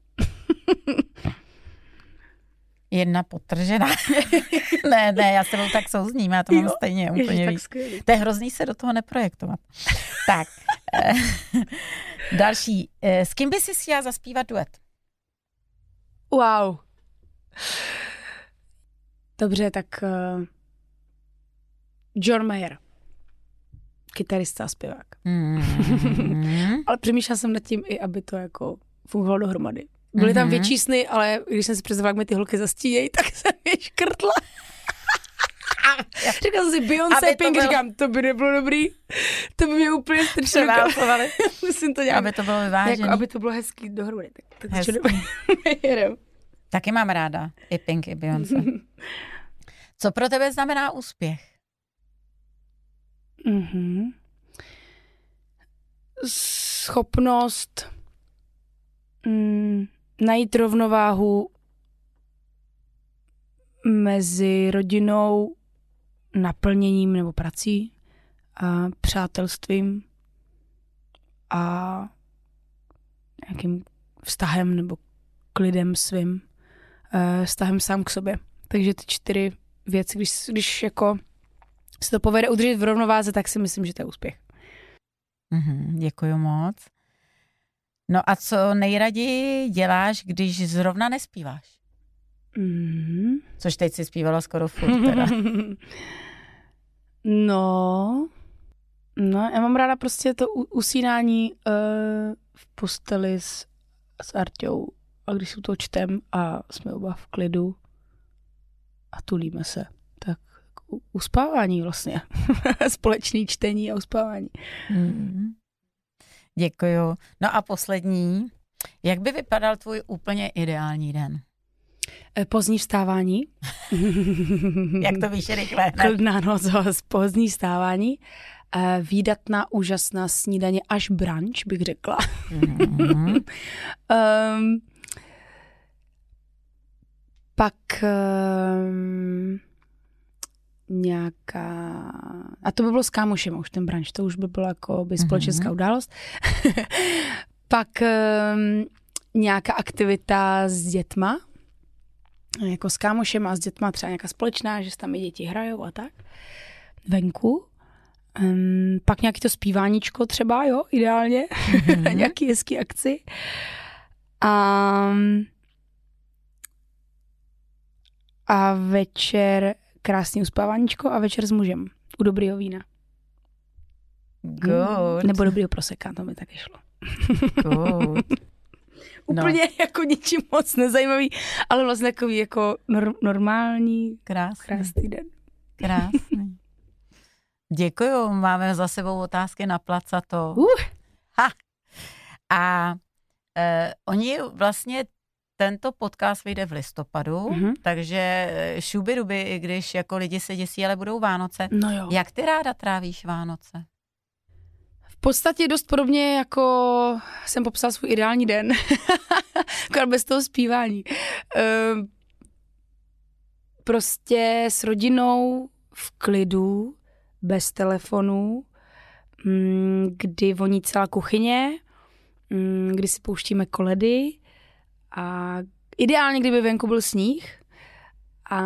Jedna potržená. ne, ne, já s tebou tak souzním, já to mám jo, stejně úplně víc. To je hrozný se do toho neprojektovat. Tak, další. S kým by si chtěla zaspívat duet? Wow. Dobře, tak uh, John Mayer. Kytarista a zpěvák. Mm. Ale přemýšlela jsem nad tím i, aby to jako fungovalo dohromady. Byly tam větší sny, ale když jsem si představila, jak mi ty holky zastíjejí, tak jsem je škrtla. Říkala jsem si Beyoncé, Pink, bylo... říkám, to by nebylo dobrý. To by mě úplně převálcovali. Musím to nějak... Aby to bylo vyvážený. Jako, aby to bylo hezký dohromady. Tak, tak to taky mám ráda i Pink, i Beyoncé. Co pro tebe znamená úspěch? Mm-hmm. Schopnost mm, najít rovnováhu mezi rodinou, naplněním nebo prací a přátelstvím a nějakým vztahem nebo klidem svým, uh, vztahem sám k sobě. Takže ty čtyři věci, když, když jako se to povede udržet v rovnováze, tak si myslím, že to je úspěch. Mm-hmm, děkuju moc. No a co nejraději děláš, když zrovna nespíváš? Mm-hmm. Což teď si zpívala skoro furt teda. No, no, já mám ráda prostě to usínání uh, v posteli s, s Arťou a když si to čtem a jsme oba v klidu a tulíme se, tak uspávání vlastně. Společný čtení a uspávání. Mm. Děkuju. No a poslední, jak by vypadal tvůj úplně ideální den? Pozdní vstávání. Jak to víš rychle? Klidná noc, pozdní vstávání. Výdatná, úžasná snídaně až brunch, bych řekla. Mm-hmm. um, pak um, nějaká... A to by bylo s kámošem už ten brunch, to už by byla jako by společenská mm-hmm. událost. Pak um, nějaká aktivita s dětma, jako s kámošem a s dětma třeba nějaká společná, že se tam i děti hrajou a tak. Venku. Um, pak nějaký to zpíváníčko třeba, jo, ideálně. Mm-hmm. Nějaký hezký akci. A, a večer krásný uspáváníčko a večer s mužem. U dobrýho vína. Good. Nebo dobrýho proseka, to mi taky šlo. Good. Úplně no. jako ničím moc nezajímavý, ale vlastně takový jako nor- normální, krásný. krásný den. Krásný. Děkuju, máme za sebou otázky na placato. Uh. Ha. A eh, oni vlastně, tento podcast vyjde v listopadu, mm-hmm. takže šubiduby, i když jako lidi se děsí, ale budou Vánoce. No jo. Jak ty ráda trávíš Vánoce? V podstatě dost podobně, jako jsem popsal svůj ideální den. Akorát bez toho zpívání. Ehm, prostě s rodinou v klidu, bez telefonu, kdy voní celá kuchyně, kdy si pouštíme koledy a ideálně, kdyby venku byl sníh a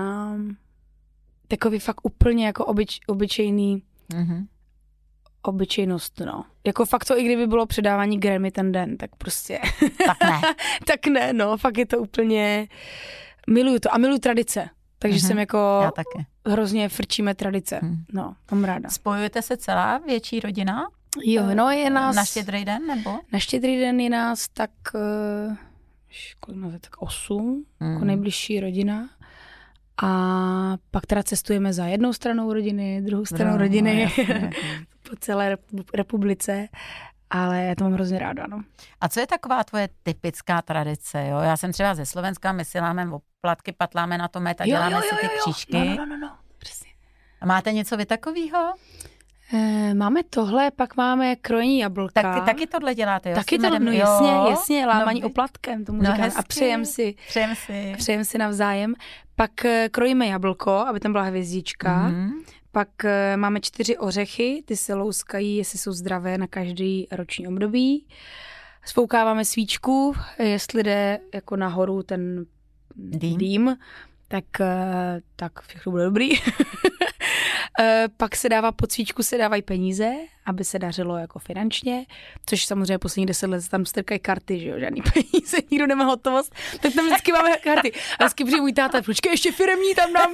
takový fakt úplně jako obyč, obyčejný mm-hmm. obyčejnost, no. Jako fakt to, i kdyby bylo předávání Grammy ten den, tak prostě... Tak ne. tak ne, no. Fakt je to úplně... Miluju to a miluju tradice. Takže mm-hmm. jsem jako... Já taky. Hrozně frčíme tradice. Mm. No, mám ráda. Spojujete se celá větší rodina? Jo, no je nás... Na Štědrý den, nebo? Na Štědrý den je nás tak... Uh, kolik nás je, tak osm, mm. jako nejbližší rodina. A pak teda cestujeme za jednou stranou rodiny, druhou stranou no, rodiny. Jasně, po celé republice. Ale já to mám hrozně ráda, no. A co je taková tvoje typická tradice, jo? Já jsem třeba ze Slovenska, my si láme oplatky, patláme na to met a jo, děláme jo, jo, si ty jo, křížky. No, no, no, no, no, přesně. A máte něco vy takovýho? E, máme tohle, pak máme krojení jablka. Tak, taky tohle děláte, jo? Taky to, no jasně, jasně, lámaní no, oplatkem, tomu no, říkám. A přejem si. Přejem si. Přejem si navzájem. Pak krojíme jablko, aby tam byla hvězdička. Mm-hmm. Pak máme čtyři ořechy, ty se louskají, jestli jsou zdravé na každý roční období. Spoukáváme svíčku, jestli jde jako nahoru ten dým, dým tak, tak všechno bude dobrý. Pak se dává pod svíčku, se dávají peníze, aby se dařilo jako finančně, což samozřejmě posledních deset let tam strkají karty, že jo, žádný peníze, nikdo nemá hotovost, tak tam vždycky máme karty. A vždycky přijde můj táta, počkej, ještě firemní tam dám.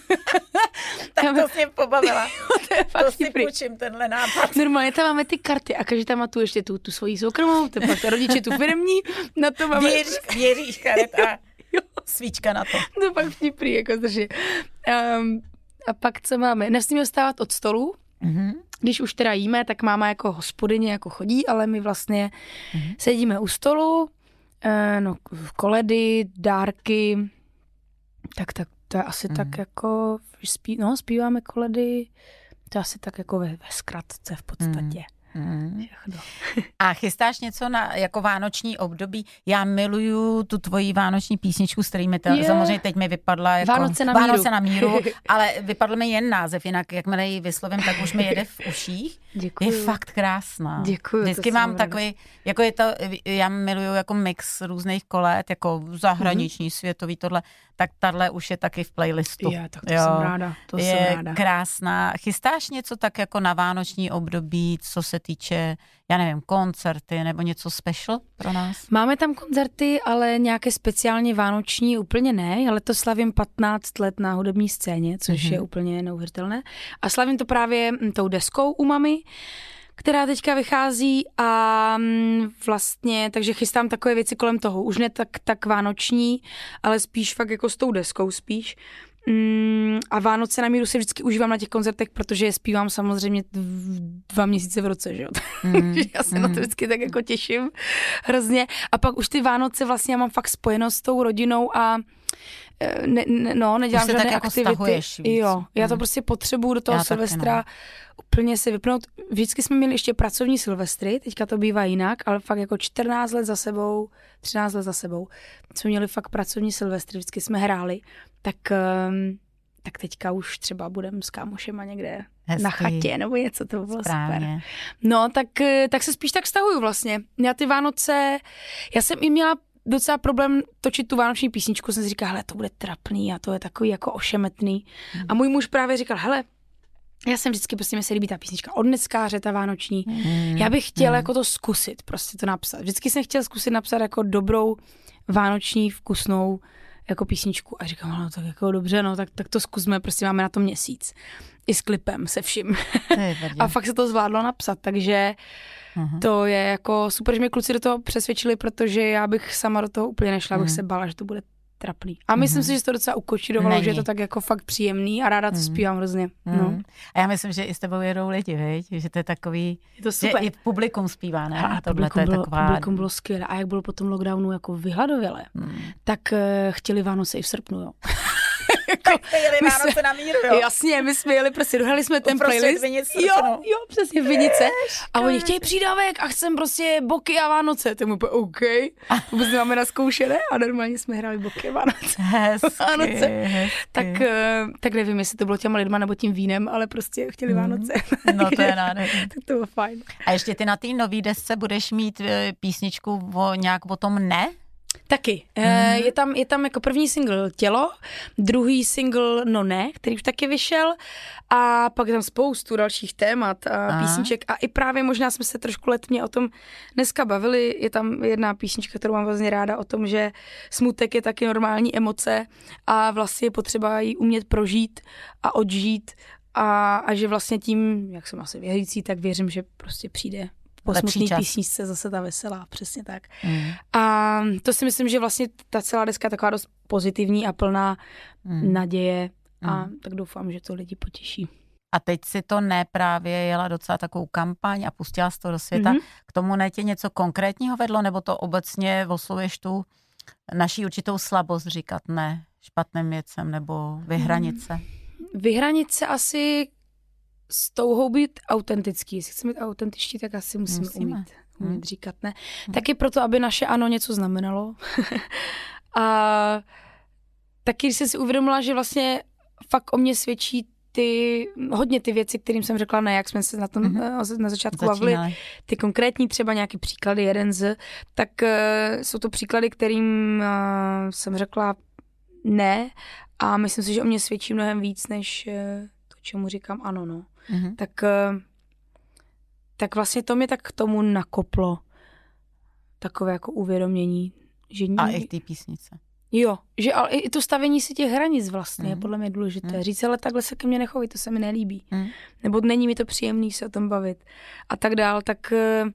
Tak to jsem pobavila. To je fakt to si půjčím tenhle nápad. Normálně tam máme ty karty a každý tam má tu ještě tu, tu svoji soukromou, to pak ta rodiče tu firemní, na to máme... Věříš, věříš karet a svíčka na to. To pak vtipný, jako zdrží. Um, a pak co máme? Nesmíme vstávat od stolu. Mm-hmm. Když už teda jíme, tak máma jako hospodyně jako chodí, ale my vlastně mm-hmm. sedíme u stolu, eh, no koledy, dárky, tak, tak to je asi mm-hmm. tak jako, spí, no zpíváme koledy, to je asi tak jako ve, ve zkratce v podstatě. Mm-hmm. Mm. A chystáš něco na jako vánoční období? Já miluju tu tvoji vánoční písničku, s kterými te, yeah. samozřejmě teď mi vypadla jako Vánoce na míru, Vánoce na míru ale vypadl mi jen název, jinak jakmile ji vyslovím, tak už mi jede v uších. Děkuju. Je fakt krásná. Děkuju. Vždycky mám takový, jako je to, já miluju jako mix různých kolet, jako zahraniční, mm-hmm. světový, tohle, tak tahle už je taky v playlistu. Je, tak to jo. jsem ráda. To je jsem ráda. Krásná. Chystáš něco tak jako na vánoční období, co se týče, já nevím, koncerty nebo něco special pro nás? Máme tam koncerty, ale nějaké speciálně vánoční úplně ne, ale to slavím patnáct let na hudební scéně, což mm-hmm. je úplně neuvěřitelné. A slavím to právě tou deskou u mami, která teďka vychází a vlastně, takže chystám takové věci kolem toho. Už ne tak, tak vánoční, ale spíš fakt jako s tou deskou spíš. Mm, a Vánoce na míru si vždycky užívám na těch koncertech, protože je zpívám samozřejmě dva měsíce v roce, že jo. Mm, já se mm. na to vždycky tak jako těším hrozně. A pak už ty Vánoce vlastně já mám fakt spojenost s tou rodinou a ne, ne, no, nedělám žádné tak jako aktivity. Víc. Jo, já to hmm. prostě potřebuju do toho já Silvestra úplně si vypnout. Vždycky jsme měli ještě pracovní Silvestry, teďka to bývá jinak, ale fakt jako čtrnáct let za sebou, třináct let za sebou, jsme měli fakt pracovní Silvestry, vždycky jsme hráli, tak, um, tak teďka už třeba budem s kámošema někde Hezký. Na chatě, nebo něco, to bylo Správně. Super. No, tak, tak se spíš tak stahuju vlastně. Já ty Vánoce, já jsem i měla docela problém točit tu vánoční písničku, jsem si říkala, hele, to bude trapný a to je takový jako ošemetný. Mm. A můj muž právě říkal, hele, já jsem vždycky, prostě mi se líbí ta písnička od Neckáře, ta vánoční. Mm. Já bych chtěla mm. jako to zkusit, prostě to napsat. Vždycky jsem chtěla zkusit napsat jako dobrou vánoční vkusnou jako písničku. A říkám, no tak jako dobře, no tak, tak to zkusme, prostě máme na to měsíc. I s klipem, se vším. A fakt se to zvládlo napsat, takže uh-huh. to je jako super, že mě kluci do toho přesvědčili, protože já bych sama do toho úplně nešla, uh-huh. bych se bála, že to bude trapný. A myslím uh-huh. si, že to docela ukočírovalo, že je to tak jako fakt příjemný a ráda to uh-huh. zpívám hrozně. Uh-huh. No. A já myslím, že i s tebou jedou lidi, viď? Že to je takový, je to super. Že i publikum zpívá, ne? A, a tohle to je bylo, taková... publikum bylo skvělé. A jak bylo po tom lockdownu jako vyhladovělé, hmm. tak uh, chtěli Vánoce i v srpnu, jo. Jako, jeli Vánoce jsme, na míru, jo? Jasně, my jsme jeli, prostě dohrali jsme ten playlist. Vinice, jo, no. jo, přesně, Vinice. A oni chtějí přídavek a chcem prostě boky a Vánoce. To je úplně OK. Vůbec máme naskoušené a normálně jsme hráli boky a Vánoce. Hezky, Vánoce. Hezky. Tak, tak nevím, jestli to bylo těma lidma nebo tím vínem, ale prostě chtěli Vánoce. No to je nádherné. Tak to bylo fajn. A ještě ty na té nový desce budeš mít písničku o, nějak o tom ne? Taky. Mm. Je tam, je tam jako první single Tělo, druhý single No ne, který už taky vyšel a pak je tam spoustu dalších témat a Aha. písniček a i právě možná jsme se trošku letmě o tom dneska bavili. Je tam jedna písnička, kterou mám vlastně ráda o tom, že smutek je taky normální emoce a vlastně je potřeba ji umět prožít a odžít a, a že vlastně tím, jak jsem asi věřící, tak věřím, že prostě přijde po smutný písničce zase ta veselá, přesně tak. Mm. A to si myslím, že vlastně ta celá deska je taková dost pozitivní a plná mm. naděje a mm. tak doufám, že to lidi potěší. A teď si to ne právě jela docela takovou kampaň a pustila jsi to do světa. Mm-hmm. K tomu ne tě něco konkrétního vedlo, nebo to obecně oslovuješ tu naší určitou slabost říkat ne špatným věcem nebo vyhranit se? Vyhranit se asi s touhou být autentický. Jestli chceme být autentičtí, tak asi musíme, musíme. umít, umít hmm. říkat ne. Hmm. Taky proto, aby naše ano něco znamenalo. A taky, když jsem si uvědomila, že vlastně fakt o mě svědčí ty, hodně ty věci, kterým jsem řekla ne, jak jsme se na tom mm-hmm. na začátku bavili, ty konkrétní třeba nějaký příklady, jeden z, tak uh, jsou to příklady, kterým uh, jsem řekla ne a myslím si, že o mě svědčí mnohem víc, než uh, to, čemu říkám ano, no. Mm-hmm. Tak, tak vlastně to mě tak k tomu nakoplo. Takové jako uvědomění. Že a i v té písnice. Jo, že ale i to stavění si těch hranic vlastně mm. je podle mě důležité. Mm. Říct, ale takhle se ke mně nechoví, to se mi nelíbí. Mm. Nebo není mi to příjemný se o tom bavit. A tak dál, tak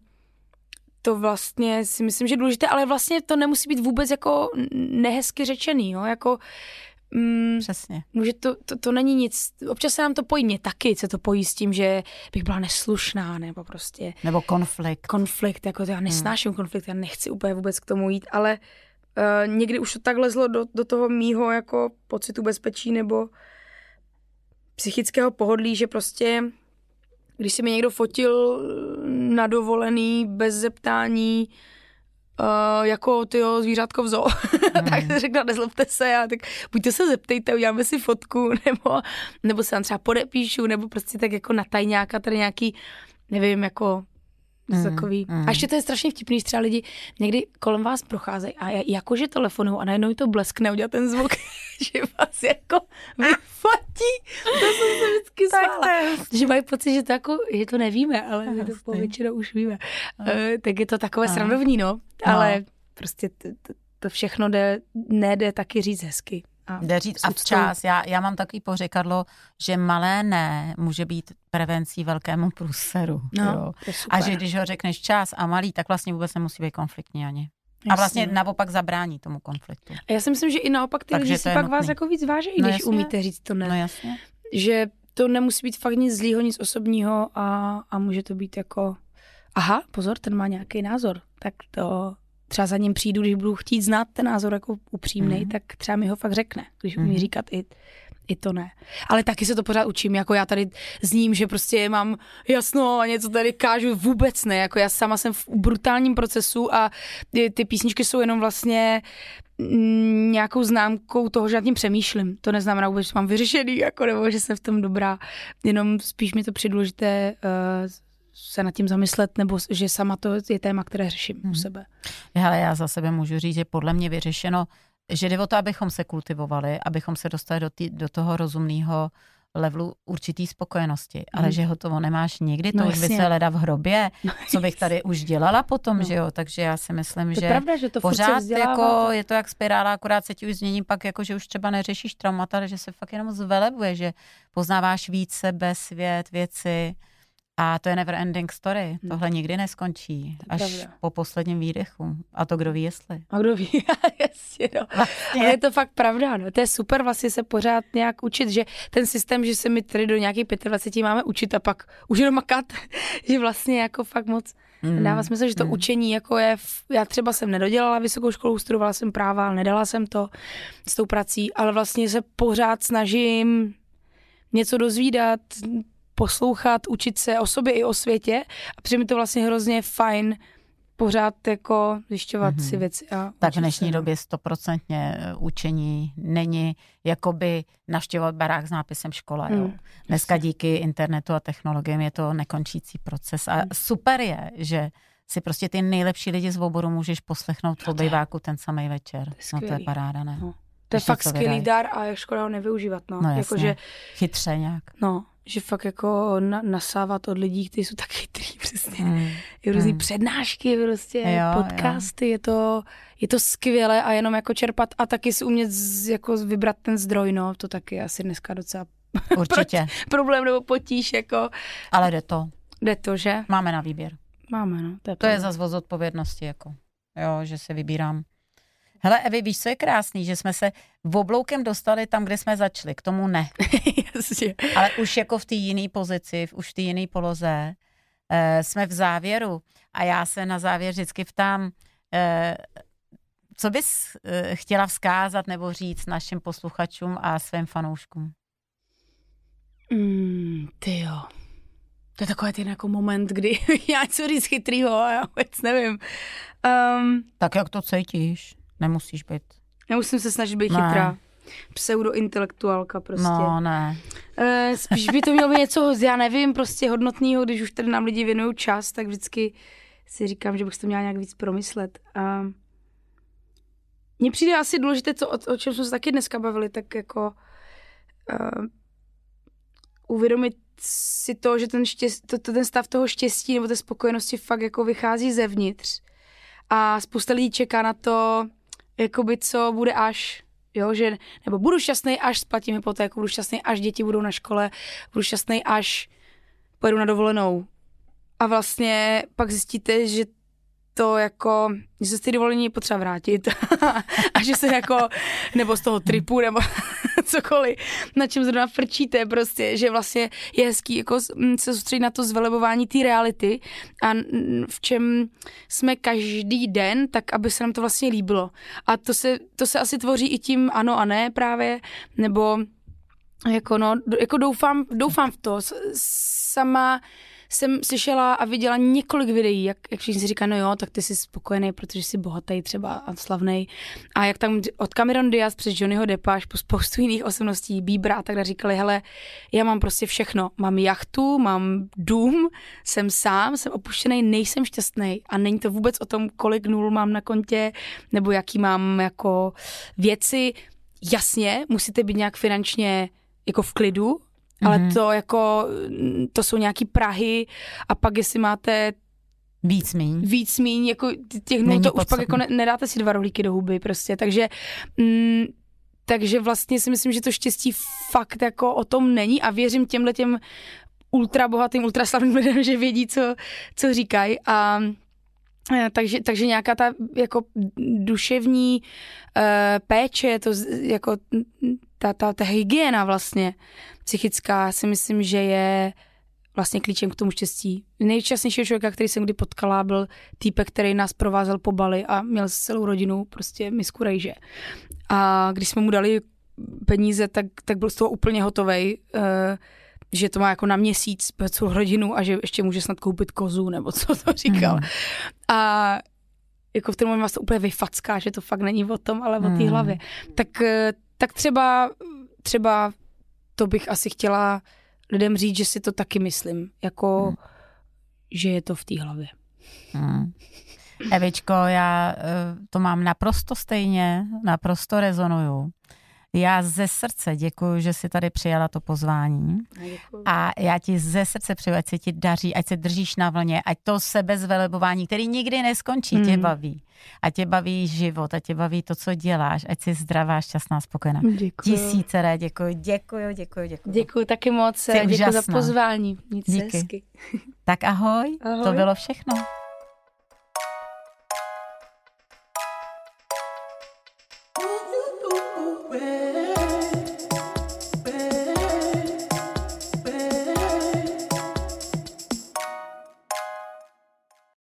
to vlastně si myslím, že je důležité, ale vlastně to nemusí být vůbec jako nehezky řečený, jo, jako Mm, Přesně. Může to, to, to není nic, občas se nám to pojí, mě taky se to pojí s tím, že bych byla neslušná, nebo prostě... Nebo konflikt. Konflikt, jako já nesnáším hmm. konflikt, já nechci úplně vůbec k tomu jít, ale uh, někdy už to tak lezlo do, do toho mýho jako pocitu bezpečí nebo psychického pohodlí, že prostě, když se mi někdo fotil na dovolený, bez zeptání, Uh, jako tyjo, zvířátko v zoo, mm. tak jsem řekla, nezlobte se, a tak buďte se zeptejte, uděláme si fotku, nebo, nebo se tam třeba podepíšu, nebo prostě tak jako na tajňáka, tady nějaký, nevím, jako mm. takový. Mm. A ještě to je strašně vtipný, že třeba lidi někdy kolem vás procházejí a jakože telefonou a najednou to bleskne, udělat ten zvuk, že vás jako vyfotí. To jsem se vždycky smála. Že mají pocit, že to, jako, že to nevíme, ale my to povětšinou už víme. Uh, tak je to takové srandovní, no. Ale no. prostě to, to, to všechno jde, nejde taky říct hezky. A jde říct a včas. Já, já mám takový pořekadlo, že malé ne může být prevencí velkému průseru. No, a že když ho řekneš čas a malý, tak vlastně vůbec nemusí být konfliktní ani. Jasně. A vlastně naopak zabrání tomu konfliktu. A já si myslím, že i naopak ty lidi si pak nutný. Vás jako víc vážejí, no když jasně. umíte říct to ne. No jasně. Že to nemusí být fakt nic zlýho, nic osobního a, a může to být jako aha, pozor, ten má nějaký názor. Tak to třeba za ním přijdu, když budu chtít znát ten názor jako upřímnej, mm. tak třeba mi ho fakt řekne, když umí mm. říkat i, i to ne. Ale taky se to pořád učím, jako já tady zním, že prostě mám jasno a něco tady kážu, vůbec ne, jako já sama jsem v brutálním procesu a ty, ty písničky jsou jenom vlastně m, nějakou známkou toho, že nad tím přemýšlím. To neznamená vůbec, že mám vyřešený, jako, nebo že jsem v tom dobrá, jenom spíš mi to přijde důležité uh, se nad tím zamyslet, nebo že sama to je téma, které řeším hmm. u sebe. Hele, já za sebe můžu říct, že podle mě vyřešeno, že jde o to, abychom se kultivovali, abychom se dostali do, tý, do toho rozumného levelu určitý spokojenosti, hmm. ale že hotovo nemáš nikdy, to no, už by se leda v hrobě, no, co bych tady už dělala potom, no. že jo, takže já si myslím, to že, pravda, že to pořád jako je to jak spirála, akorát se ti už změní pak, jako že už třeba neřešíš traumata, ale že se fakt jenom zvelebuje, že poznáváš víc sebe, svět, věci. A to je never ending story. Tohle nikdy neskončí. Až pravda. Po posledním výdechu. A to kdo ví, jestli. A kdo ví, jasně, no. Vlastně. Ale je to fakt pravda, no. To je super vlastně se pořád nějak učit, že ten systém, že se mi tady do nějakých dvacet pět máme učit a pak už jenom makat, že vlastně jako fakt moc mm. dává smysl, že to mm. učení jako je, já třeba jsem nedodělala vysokou školu, studovala jsem práva, ale nedala jsem to s tou prací, ale vlastně se pořád snažím něco dozvídat, poslouchat, učit se o sobě i o světě a přijde mi to vlastně hrozně fajn pořád jako zjišťovat mm-hmm. si věci. A tak v dnešní se, době stoprocentně učení není jakoby navštěvovat barák s nápisem škola. Jo. Mm, Dneska jasně. díky internetu a technologiím je to nekončící proces a mm. super je, že si prostě ty nejlepší lidi z oboru můžeš poslechnout v obejváku ten samý večer. To no to je paráda, ne? No. To je fakt skvělý dar a je škoda ho nevyužívat. No, no jako, že, chytře nějak. No, že fakt jako na, nasávat od lidí, kteří jsou tak chytrý, přesně. Mm. Je různý mm. přednášky, prostě jo, podcasty, jo. Je, to, je to skvělé a jenom jako čerpat a taky si umět z, jako vybrat ten zdroj, no, to taky asi dneska docela určitě. problém nebo potíž, jako. Ale jde to. Jde to, že? Máme na výběr. Máme, no. To je, to je zase voz odpovědnosti, jako. Jo, že se vybírám. Hele, Evi, víš, co je krásný, že jsme se v obloukem dostali tam, kde jsme začali, k tomu ne. Jasně. Ale už jako v té jiné pozici, už v té jiné poloze, e, jsme v závěru a já se na závěr vždycky ptám, e, co bys e, chtěla vzkázat nebo říct našim posluchačům a svým fanouškům? Mm, ty jo. To je takový ten jako moment, kdy já něco říct chytrýho a já vůbec nevím. Um, tak jak to cítíš? Nemusíš být. Nemusím se snažit být ne. chytrá. Pseudointelektuálka prostě. No, ne. E, spíš by to mělo být něco, já nevím, prostě hodnotného, když už tady nám lidi věnují čas, tak vždycky si říkám, že bych to měla nějak víc promyslet. A mně přijde asi důležité, co, o, o čem jsme se taky dneska bavili, tak jako uh, uvědomit si to, že ten, štěst, to, to, ten stav toho štěstí nebo té spokojenosti fakt jako vychází zevnitř. A spousta lidí čeká na to, jakoby co bude až, jo, že, nebo budu šťastný, až splatím hypotéku, budu šťastný, až děti budou na škole, budu šťastný, až pojedu na dovolenou. A vlastně pak zjistíte, že to jako, že se z té dovolení je potřeba vrátit a že se jako, nebo z toho tripu, nebo cokoliv, na čem zrovna frčíte prostě, že vlastně je hezký jako se soustředit na to zvelebování té reality a v čem jsme každý den, tak aby se nám to vlastně líbilo. A to se, to se asi tvoří i tím ano a ne právě, nebo jako no, jako doufám, doufám v to. Sama jsem slyšela a viděla několik videí, jak, jak všichni si říkají, no jo, tak ty jsi spokojený, protože jsi bohatý třeba a slavnej. A jak tam od Cameron Diaz přes Johnnyho Deppa až po spoustu jiných osobností, Biebera a tak říkali, hele, já mám prostě všechno. Mám jachtu, mám dům, jsem sám, jsem opuštěný, nejsem šťastný. A není to vůbec o tom, kolik nul mám na kontě, nebo jaký mám jako věci. Jasně, musíte být nějak finančně jako v klidu, ale mm-hmm. to jako, to jsou nějaký prahy a pak jestli máte víc míň, víc míň, jako těch nul, to už pak jako ne, nedáte si dva rohlíky do huby prostě, takže mm, takže vlastně si myslím, že to štěstí fakt jako o tom není a věřím těmhle těm ultra bohatým, ultra slavným lidem, že vědí, co, co říkají a takže, takže nějaká ta jako duševní uh, péče, to jako ta, ta, ta hygiena vlastně psychická si myslím, že je vlastně klíčem k tomu štěstí. Nejšťastnějšího člověka, který jsem kdy potkala, byl týpek, který nás provázel po Bali a měl celou rodinu prostě misku rejže. A když jsme mu dali peníze, tak, tak byl z toho úplně hotovej, uh, že to má jako na měsíc celou rodinu a že ještě může snad koupit kozu, nebo co to říkal. Mm. A jako v ten moment vás to úplně vyfacká, že to fakt není o tom, ale mm. o té hlavě. Tak, tak třeba, třeba to bych asi chtěla lidem říct, že si to taky myslím, jako, mm. že je to v té hlavě. Mm. Evičko, já to mám naprosto stejně, naprosto rezonuju. Já ze srdce děkuju, že jsi tady přijala to pozvání. Děkuju. A já ti ze srdce přeju, ať se ti daří, ať se držíš na vlně, ať to sebezvelebování, který nikdy neskončí, mm. tě baví. Ať tě baví život, ať tě baví to, co děláš, ať jsi zdravá, šťastná, spokojená. Tisíce děkuju, děkuju, děkuju, děkuju. Děkuju taky moc, děkuju za pozvání. Nic hezky. Tak ahoj, ahoj, to bylo všechno.